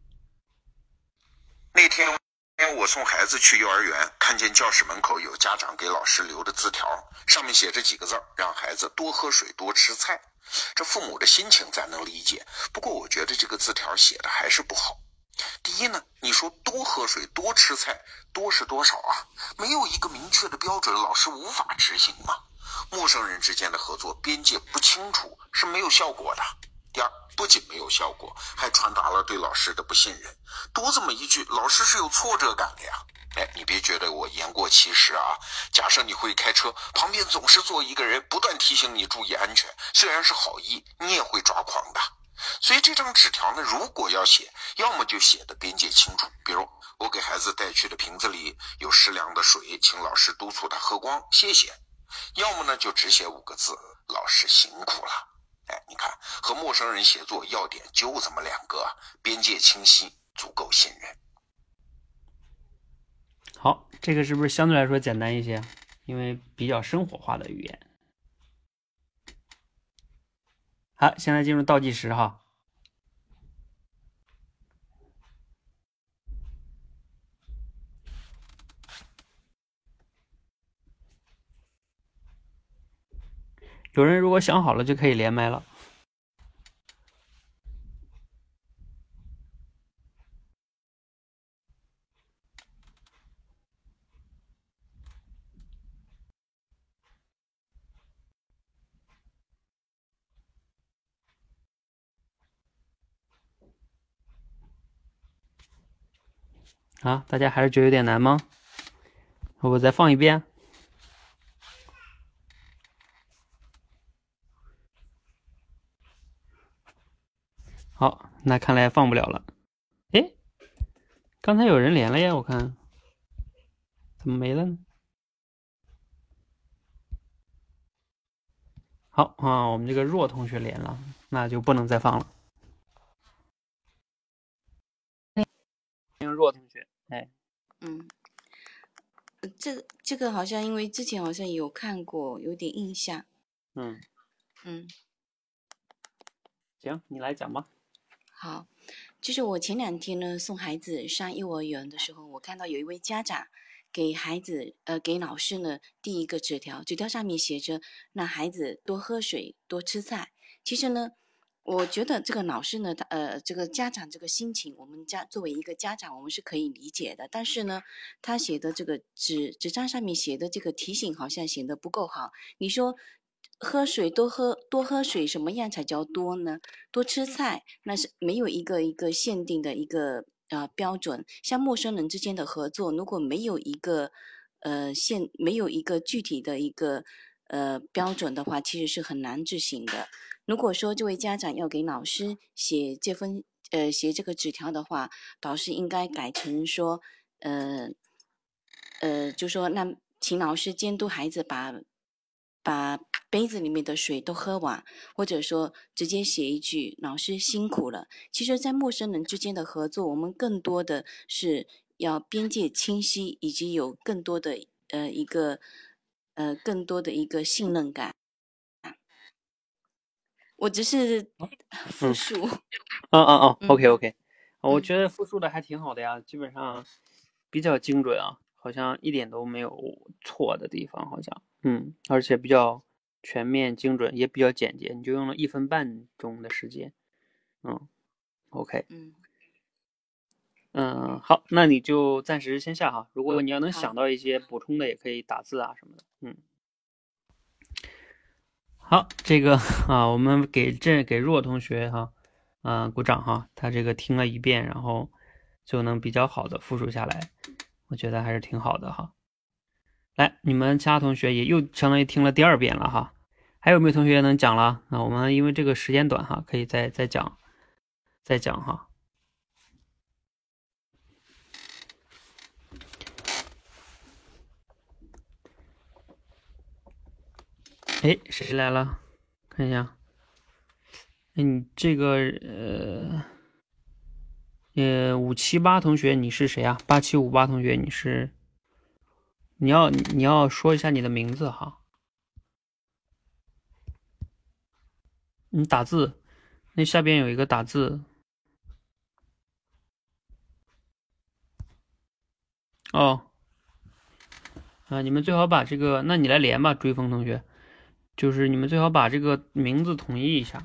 Speaker 4: 那天我送孩子去幼儿园，看见教室门口有家长给老师留的字条，上面写着几个字，让孩子多喝水、多吃菜。这父母的心情咱能理解，不过我觉得这个字条写的还是不好。第一呢，你说多喝水、多吃菜，多是多少啊？没有一个明确的标准，老师无法执行吗？陌生人之间的合作边界不清楚是没有效果的。第二，不仅没有效果，还传达了对老师的不信任。多这么一句，老师是有挫折感的呀。哎，你别觉得我言过其实啊。假设你会开车，旁边总是坐一个人，不断提醒你注意安全，虽然是好意，你也会抓狂的。所以这张纸条呢，如果要写，要么就写的边界清楚，比如我给孩子带去的瓶子里有适量的水，请老师督促他喝光，谢谢。要么呢就只写五个字，老师辛苦了。哎，你看，和陌生人协作要点就这么两个，边界清晰，足够信任。
Speaker 1: 好，这个是不是相对来说简单一些？因为比较生活化的语言。好，现在进入倒计时哈。有人如果想好了就可以连麦了。啊，大家还是觉得有点难吗？我再放一遍。好，那看来放不了了。诶，刚才有人连了呀，我看怎么没了呢？好啊，我们这个若同学连了，那就不能再放了。若同学，哎，
Speaker 6: 嗯， 呃这个这个好像因为之前好像有看过，有点印象。
Speaker 1: 嗯
Speaker 6: 嗯，
Speaker 1: 行，你来讲吧。
Speaker 6: 好，就是我前两天呢送孩子上幼儿园的时候，我看到有一位家长给孩子呃给老师呢递一个纸条，纸条上面写着让孩子多喝水，多吃菜。其实呢，我觉得这个老师呢，他呃这个家长这个心情，我们家作为一个家长，我们是可以理解的。但是呢，他写的这个纸纸张上面写的这个提醒好像显得不够好。你说喝水多喝多喝水，什么样才叫多呢？多吃菜，那是没有一个一个限定的一个呃标准。像陌生人之间的合作，如果没有一个呃限，没有一个具体的一个呃标准的话，其实是很难执行的。如果说这位家长要给老师写这份呃写这个纸条的话，导师应该改成说呃呃，就说让请老师监督孩子把把杯子里面的水都喝完，或者说直接写一句“老师辛苦了”。其实，在陌生人之间的合作，我们更多的是要边界清晰，以及有更多的呃一个呃更多的一个信任感。我只是复
Speaker 1: 嗯
Speaker 6: 述。
Speaker 1: 嗯嗯嗯
Speaker 6: 嗯
Speaker 1: ，OK OK，我
Speaker 6: 嗯
Speaker 1: 觉得复述的还挺好的呀，基本上比较精准啊，好像一点都没有错的地方，好像，嗯，而且比较全面精准，也比较简洁，你就用了一分半钟的时间，嗯，OK，
Speaker 6: 嗯，
Speaker 1: 嗯，好，那你就暂时先下哈，如果你要能
Speaker 6: 好
Speaker 1: 想到一些补充的，也可以打字啊什么的，嗯。好，这个啊，我们给这给若同学哈，啊，鼓掌哈，他这个听了一遍，然后就能比较好的复述下来，我觉得还是挺好的哈。来，你们其他同学也又相当于听了第二遍了哈，还有没有同学能讲了？那我们因为这个时间短哈，可以再再讲，再讲哈。哎，谁来了？看一下。哎，你这个呃呃五七八同学你是谁啊？八七五八同学你是？你要你要说一下你的名字哈。你打字，那下边有一个打字。哦，啊，你们最好把这个，那你来连吧，追风同学，就是你们最好把这个名字统一一下。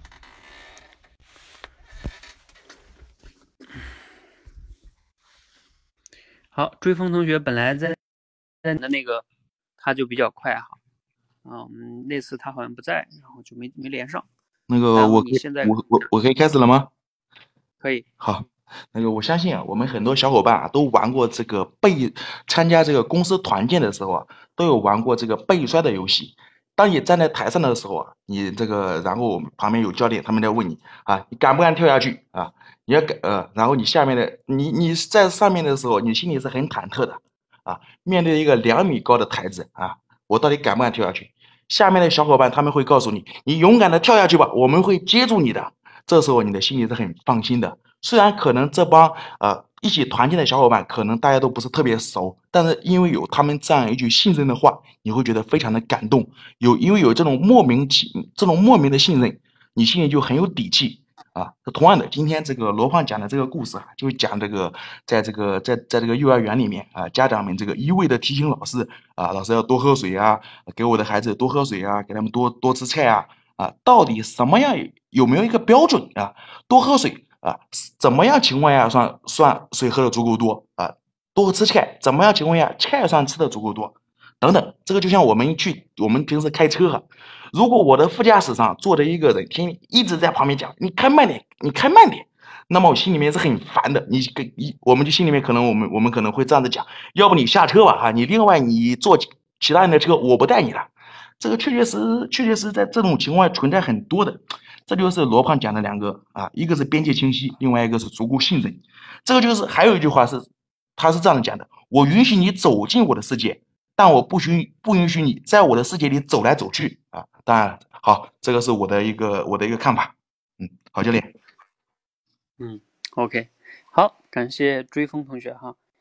Speaker 1: 好，追风同学本来在在的那个他就比较快哈，啊，嗯，那次他好像不在，然后就没没连上。
Speaker 4: 那个
Speaker 1: 然后
Speaker 4: 我可以
Speaker 1: 你现在
Speaker 4: 我我我可以开始了吗？
Speaker 1: 可以。
Speaker 4: 好，那个我相信啊，我们很多小伙伴啊都玩过这个背，参加这个公司团建的时候啊，都有玩过这个背摔的游戏。当你站在台上的时候啊，你这个，然后旁边有教练，他们在问你啊，你敢不敢跳下去啊？你要敢呃，然后你下面的你你在上面的时候，你心里是很忐忑的啊，面对一个两米高的台子啊，我到底敢不敢跳下去？下面的小伙伴他们会告诉你，你勇敢的跳下去吧，我们会接住你的。这时候你的心里是很放心的。虽然可能这帮呃一起团建的小伙伴，可能大家都不是特别熟，但是因为有他们这样一句信任的话，你会觉得非常的感动。有因为有这种莫名其这种莫名的信任，你心里就很有底气啊。同样的，今天这个罗胖讲的这个故事啊，就讲这个在这个在在这个幼儿园里面啊，家长们这个一味的提醒老师啊，老师要多喝水啊，给我的孩子多喝水啊，给他们多多吃菜啊。啊，到底什么样有没有一个标准啊？多喝水啊，怎么样情况下算算水喝的足够多啊？多吃菜，怎么样情况下菜算吃的足够多？等等，这个就像我们去我们平时开车哈，如果我的副驾驶上坐着一个人，天一直在旁边讲你开慢点，你开慢点，那么我心里面是很烦的。你跟你我们就心里面可能我们我们可能会这样子讲，要不你下车吧哈，你另外你坐其他人的车，我不带你了。这个确确实确确实在这种情况下存在很多的，这就是罗胖讲的两个啊，一个是边界清晰，另外一个是足够信任。这个就是还有一句话是，他是这样讲的：我允许你走进我的世界，但我不许不允许你在我的世界里走来走去啊。当然，好，这个是我的一个我的一个看法。嗯，好，教练。
Speaker 1: 嗯 ，OK，好，感谢追风同学哈。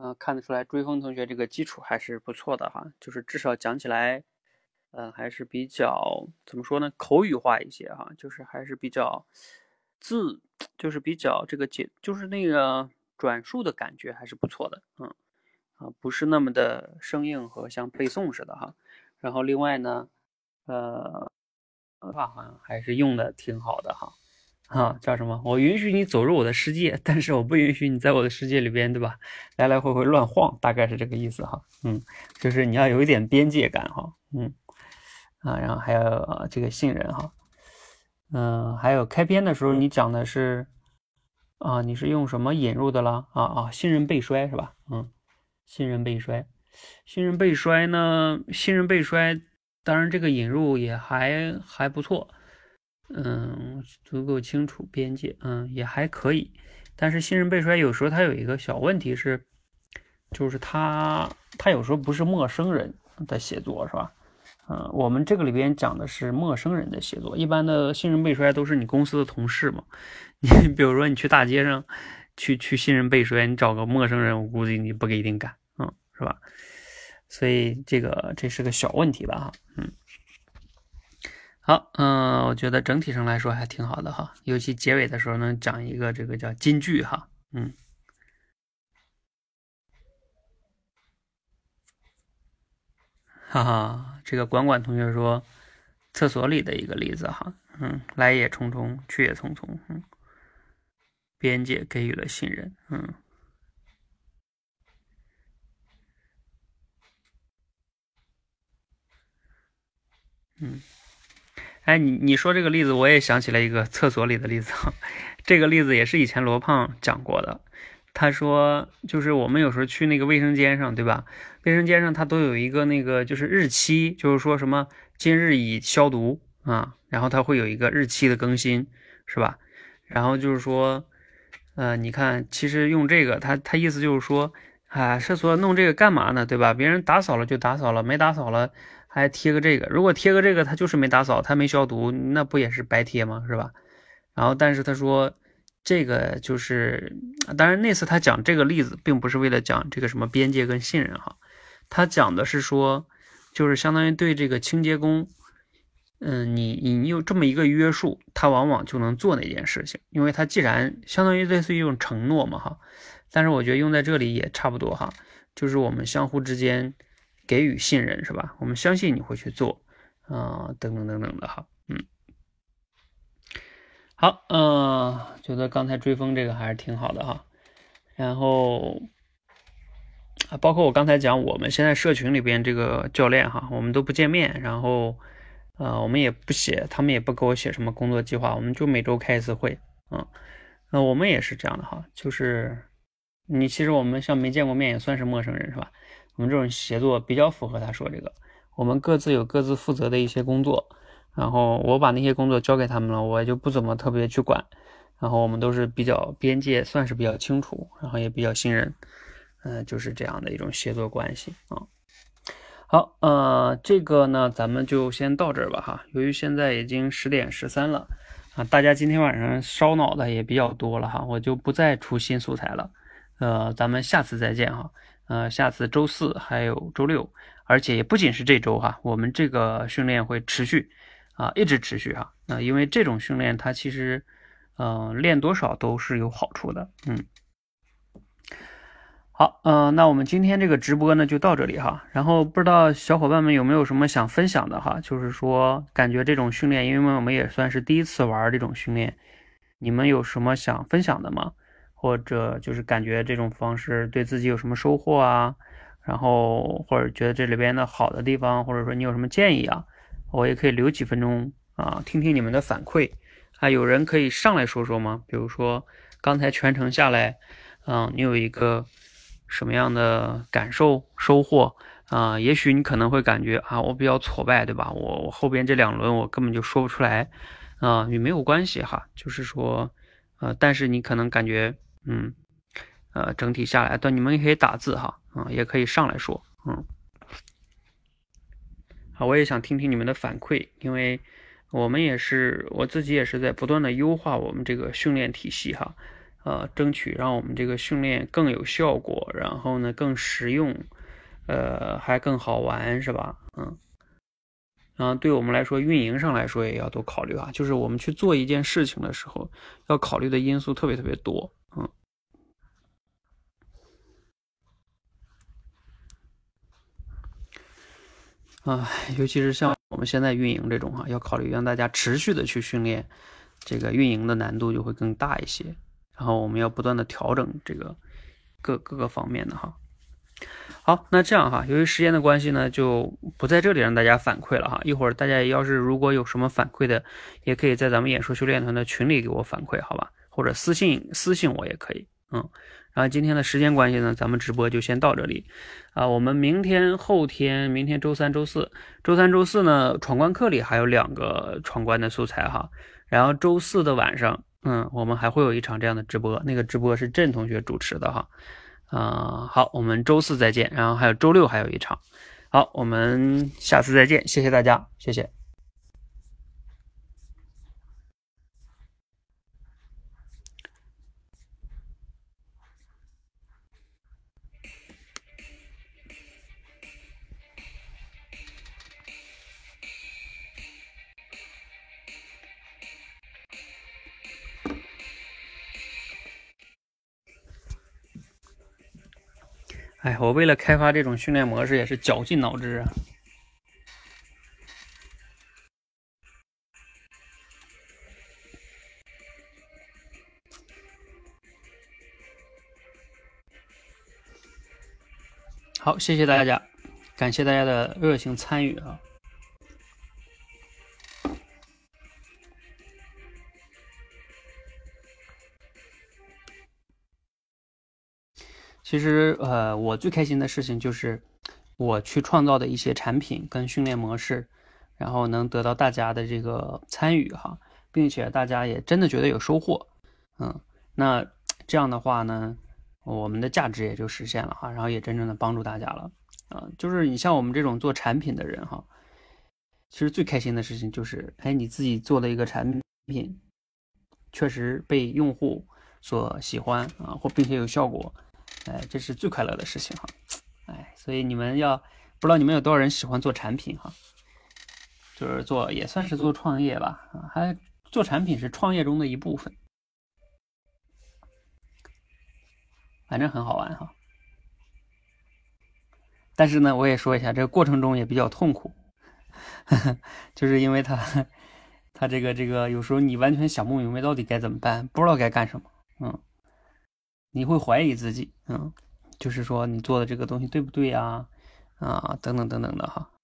Speaker 1: 呃，看得出来追风同学这个基础还是不错的哈，就是至少讲起来，呃，还是比较怎么说呢，口语化一些哈，就是还是比较字，就是比较这个解，就是那个转述的感觉还是不错的，嗯，啊，不是那么的生硬和像背诵似的哈。然后另外呢，呃，话好像还是用的挺好的哈。啊，叫什么？我允许你走入我的世界，但是我不允许你在我的世界里边，对吧？来来回回乱晃，大概是这个意思哈。嗯，就是你要有一点边界感哈。嗯，啊，然后还有、呃、这个信任哈。嗯、呃，还有开篇的时候你讲的是啊，你是用什么引入的了？啊啊，信任背衰是吧？嗯，信任背衰，信任背衰呢？信任背衰，当然这个引入也还还不错。嗯，足够清楚边界，嗯，也还可以。但是信任背衰有时候它有一个小问题是，就是它它有时候不是陌生人的写作是吧？嗯，我们这个里边讲的是陌生人的写作，一般的信任背衰都是你公司的同事嘛。你比如说你去大街上去去信任背衰，你找个陌生人，我估计你不一定干，嗯，是吧？所以这个这是个小问题吧，哈，嗯。好，嗯、呃，我觉得整体上来说还挺好的哈，尤其结尾的时候能讲一个这个叫金句哈，嗯，哈哈，这个管管同学说厕所里的一个例子哈，嗯，来也匆匆，去也匆匆，嗯，边界给予了信任，嗯，嗯。哎，你你说这个例子，我也想起来一个厕所里的例子，这个例子也是以前罗胖讲过的。他说，就是我们有时候去那个卫生间上，对吧？卫生间上它都有一个那个就是日期，就是说什么今日已消毒啊，然后它会有一个日期的更新，是吧？然后就是说，呃，你看，其实用这个，他他意思就是说，啊，厕所弄这个干嘛呢？对吧？别人打扫了就打扫了，没打扫了。还贴个这个，如果贴个这个，他就是没打扫，他没消毒，那不也是白贴吗？是吧？然后，但是他说这个就是，当然那次他讲这个例子，并不是为了讲这个什么边界跟信任哈，他讲的是说，就是相当于对这个清洁工，嗯，你你有这么一个约束，他往往就能做那件事情，因为他既然相当于类似于一种承诺嘛哈，但是我觉得用在这里也差不多哈，就是我们相互之间。给予信任是吧？我们相信你会去做，啊、呃，等等等等的哈，嗯，好，嗯、呃，觉得刚才追风这个还是挺好的哈。然后啊，包括我刚才讲，我们现在社群里边这个教练哈，我们都不见面，然后呃，我们也不写，他们也不给我写什么工作计划，我们就每周开一次会，嗯，那、呃、我们也是这样的哈，就是你其实我们像没见过面也算是陌生人是吧？我们这种协作比较符合他说这个，我们各自有各自负责的一些工作，然后我把那些工作交给他们了，我也就不怎么特别去管，然后我们都是比较边界算是比较清楚，然后也比较信任，呃，就是这样的一种协作关系啊。好，呃，这个呢咱们就先到这儿吧哈，由于现在已经十点十三了啊，大家今天晚上烧脑的也比较多了哈，我就不再出新素材了，呃，咱们下次再见哈。呃，下次周四还有周六，而且也不仅是这周哈，我们这个训练会持续啊，一直持续哈。那、呃、因为这种训练它其实，呃，练多少都是有好处的。嗯，好，呃，那我们今天这个直播呢就到这里哈。然后不知道小伙伴们有没有什么想分享的哈？就是说感觉这种训练，因为我们也算是第一次玩这种训练，你们有什么想分享的吗？或者就是感觉这种方式对自己有什么收获啊，然后或者觉得这里边的好的地方，或者说你有什么建议啊，我也可以留几分钟啊，听听你们的反馈啊。有人可以上来说说吗？比如说刚才全程下来，嗯、啊，你有一个什么样的感受收获啊？也许你可能会感觉啊，我比较挫败，对吧？我我后边这两轮我根本就说不出来啊，也没有关系哈，就是说呃，但是你可能感觉嗯，呃，整体下来，但你们也可以打字哈，啊、嗯，也可以上来说，嗯，好，我也想听听你们的反馈，因为我们也是我自己也是在不断的优化我们这个训练体系哈， 呃，争取让我们这个训练更有效果，然后呢更实用，呃，还更好玩，是吧？嗯，然后对我们来说，运营上来说也要多考虑啊，就是我们去做一件事情的时候，要考虑的因素特别特别多，嗯。啊，尤其是像我们现在运营这种哈、啊，要考虑让大家持续的去训练，这个运营的难度就会更大一些。然后我们要不断的调整这个各各个方面的哈。好，那这样哈，由于时间的关系呢，就不在这里让大家反馈了哈。一会儿大家要是如果有什么反馈的，也可以在咱们演说修炼团的群里给我反馈，好吧？或者私信私信我也可以，嗯。然后今天的时间关系呢，咱们直播就先到这里啊。我们明天、后天，明天周三、周四，周三、周四呢，闯关课里还有两个闯关的素材哈。然后周四的晚上，嗯，我们还会有一场这样的直播，那个直播是郑同学主持的哈。啊、呃，好，我们周四再见。然后还有周六还有一场。好，我们下次再见，谢谢大家，谢谢。哎，我为了开发这种训练模式也是绞尽脑汁啊。好，谢谢大家，感谢大家的热情参与啊。其实呃，我最开心的事情就是我去创造的一些产品跟训练模式，然后能得到大家的这个参与哈，并且大家也真的觉得有收获，嗯，那这样的话呢，我们的价值也就实现了哈，然后也真正的帮助大家了啊。就是你像我们这种做产品的人哈，其实最开心的事情就是，哎，你自己做的一个产品确实被用户所喜欢啊，或并且有效果。哎，这是最快乐的事情哈，哎，所以你们要不知道你们有多少人喜欢做产品哈，就是做也算是做创业吧，啊，还做产品是创业中的一部分，反正很好玩哈。但是呢，我也说一下，这个过程中也比较痛苦，呵呵，就是因为他他这个这个有时候你完全想不明白到底该怎么办，不知道该干什么，嗯。你会怀疑自己，嗯，就是说你做的这个东西对不对呀？啊，等等等等的哈。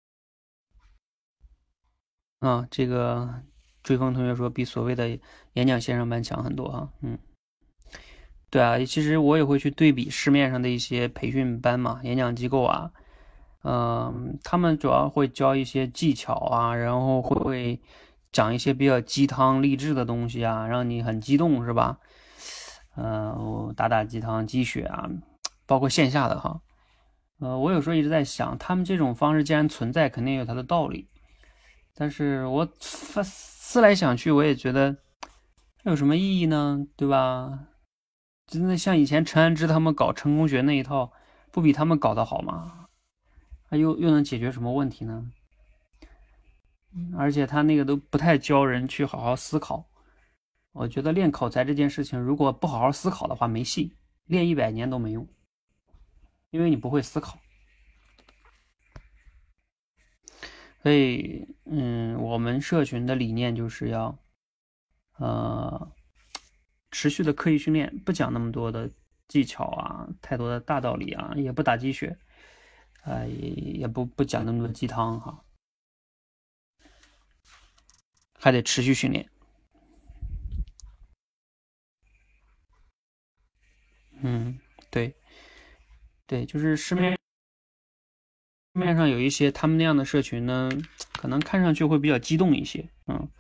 Speaker 1: 啊，这个追风同学说比所谓的演讲线上班强很多哈，嗯，对啊，其实我也会去对比市面上的一些培训班嘛，演讲机构啊，嗯、呃，他们主要会教一些技巧啊，然后会讲一些比较鸡汤励志的东西啊，让你很激动是吧？呃，打打鸡汤鸡血啊，包括线下的哈，呃，我有时候一直在想，他们这种方式既然存在，肯定有它的道理。但是我思来想去，我也觉得有什么意义呢？对吧？真的像以前陈安之他们搞成功学那一套，不比他们搞得好吗？又又能解决什么问题呢？而且他那个都不太教人去好好思考。我觉得练口才这件事情，如果不好好思考的话，没戏，练一百年都没用，因为你不会思考。所以，嗯，我们社群的理念就是要，呃，持续的刻意训练，不讲那么多的技巧啊，太多的大道理啊，也不打鸡血，啊、呃，也也不不讲那么多鸡汤哈，还得持续训练。嗯，对，对，就是市面市面上有一些他们那样的社群呢，可能看上去会比较激动一些，嗯，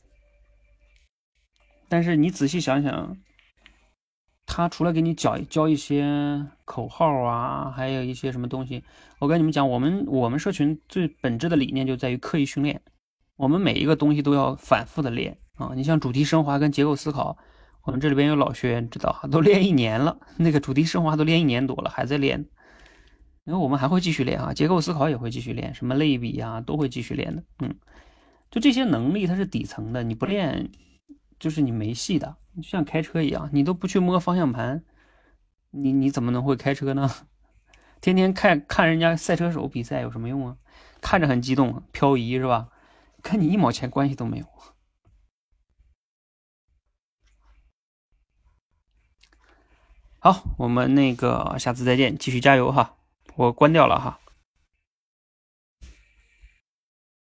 Speaker 1: 但是你仔细想想，他除了给你教教一些口号啊，还有一些什么东西，我跟你们讲，我们我们社群最本质的理念就在于刻意训练，我们每一个东西都要反复的练啊，你像主题升华跟结构思考。 我们这里边有老学员知道哈，都练一年了，那个主题生化都练一年多了，还在练。因为我们还会继续练啊，结构思考也会继续练，什么类比啊都会继续练的。嗯，就这些能力它是底层的，你不练就是你没戏的。就像开车一样，你都不去摸方向盘，你你怎么能会开车呢？天天看看人家赛车手比赛有什么用啊？看着很激动，漂移是吧？跟你一毛钱关系都没有。好，我们那个下次再见，继续加油哈！我关掉了哈。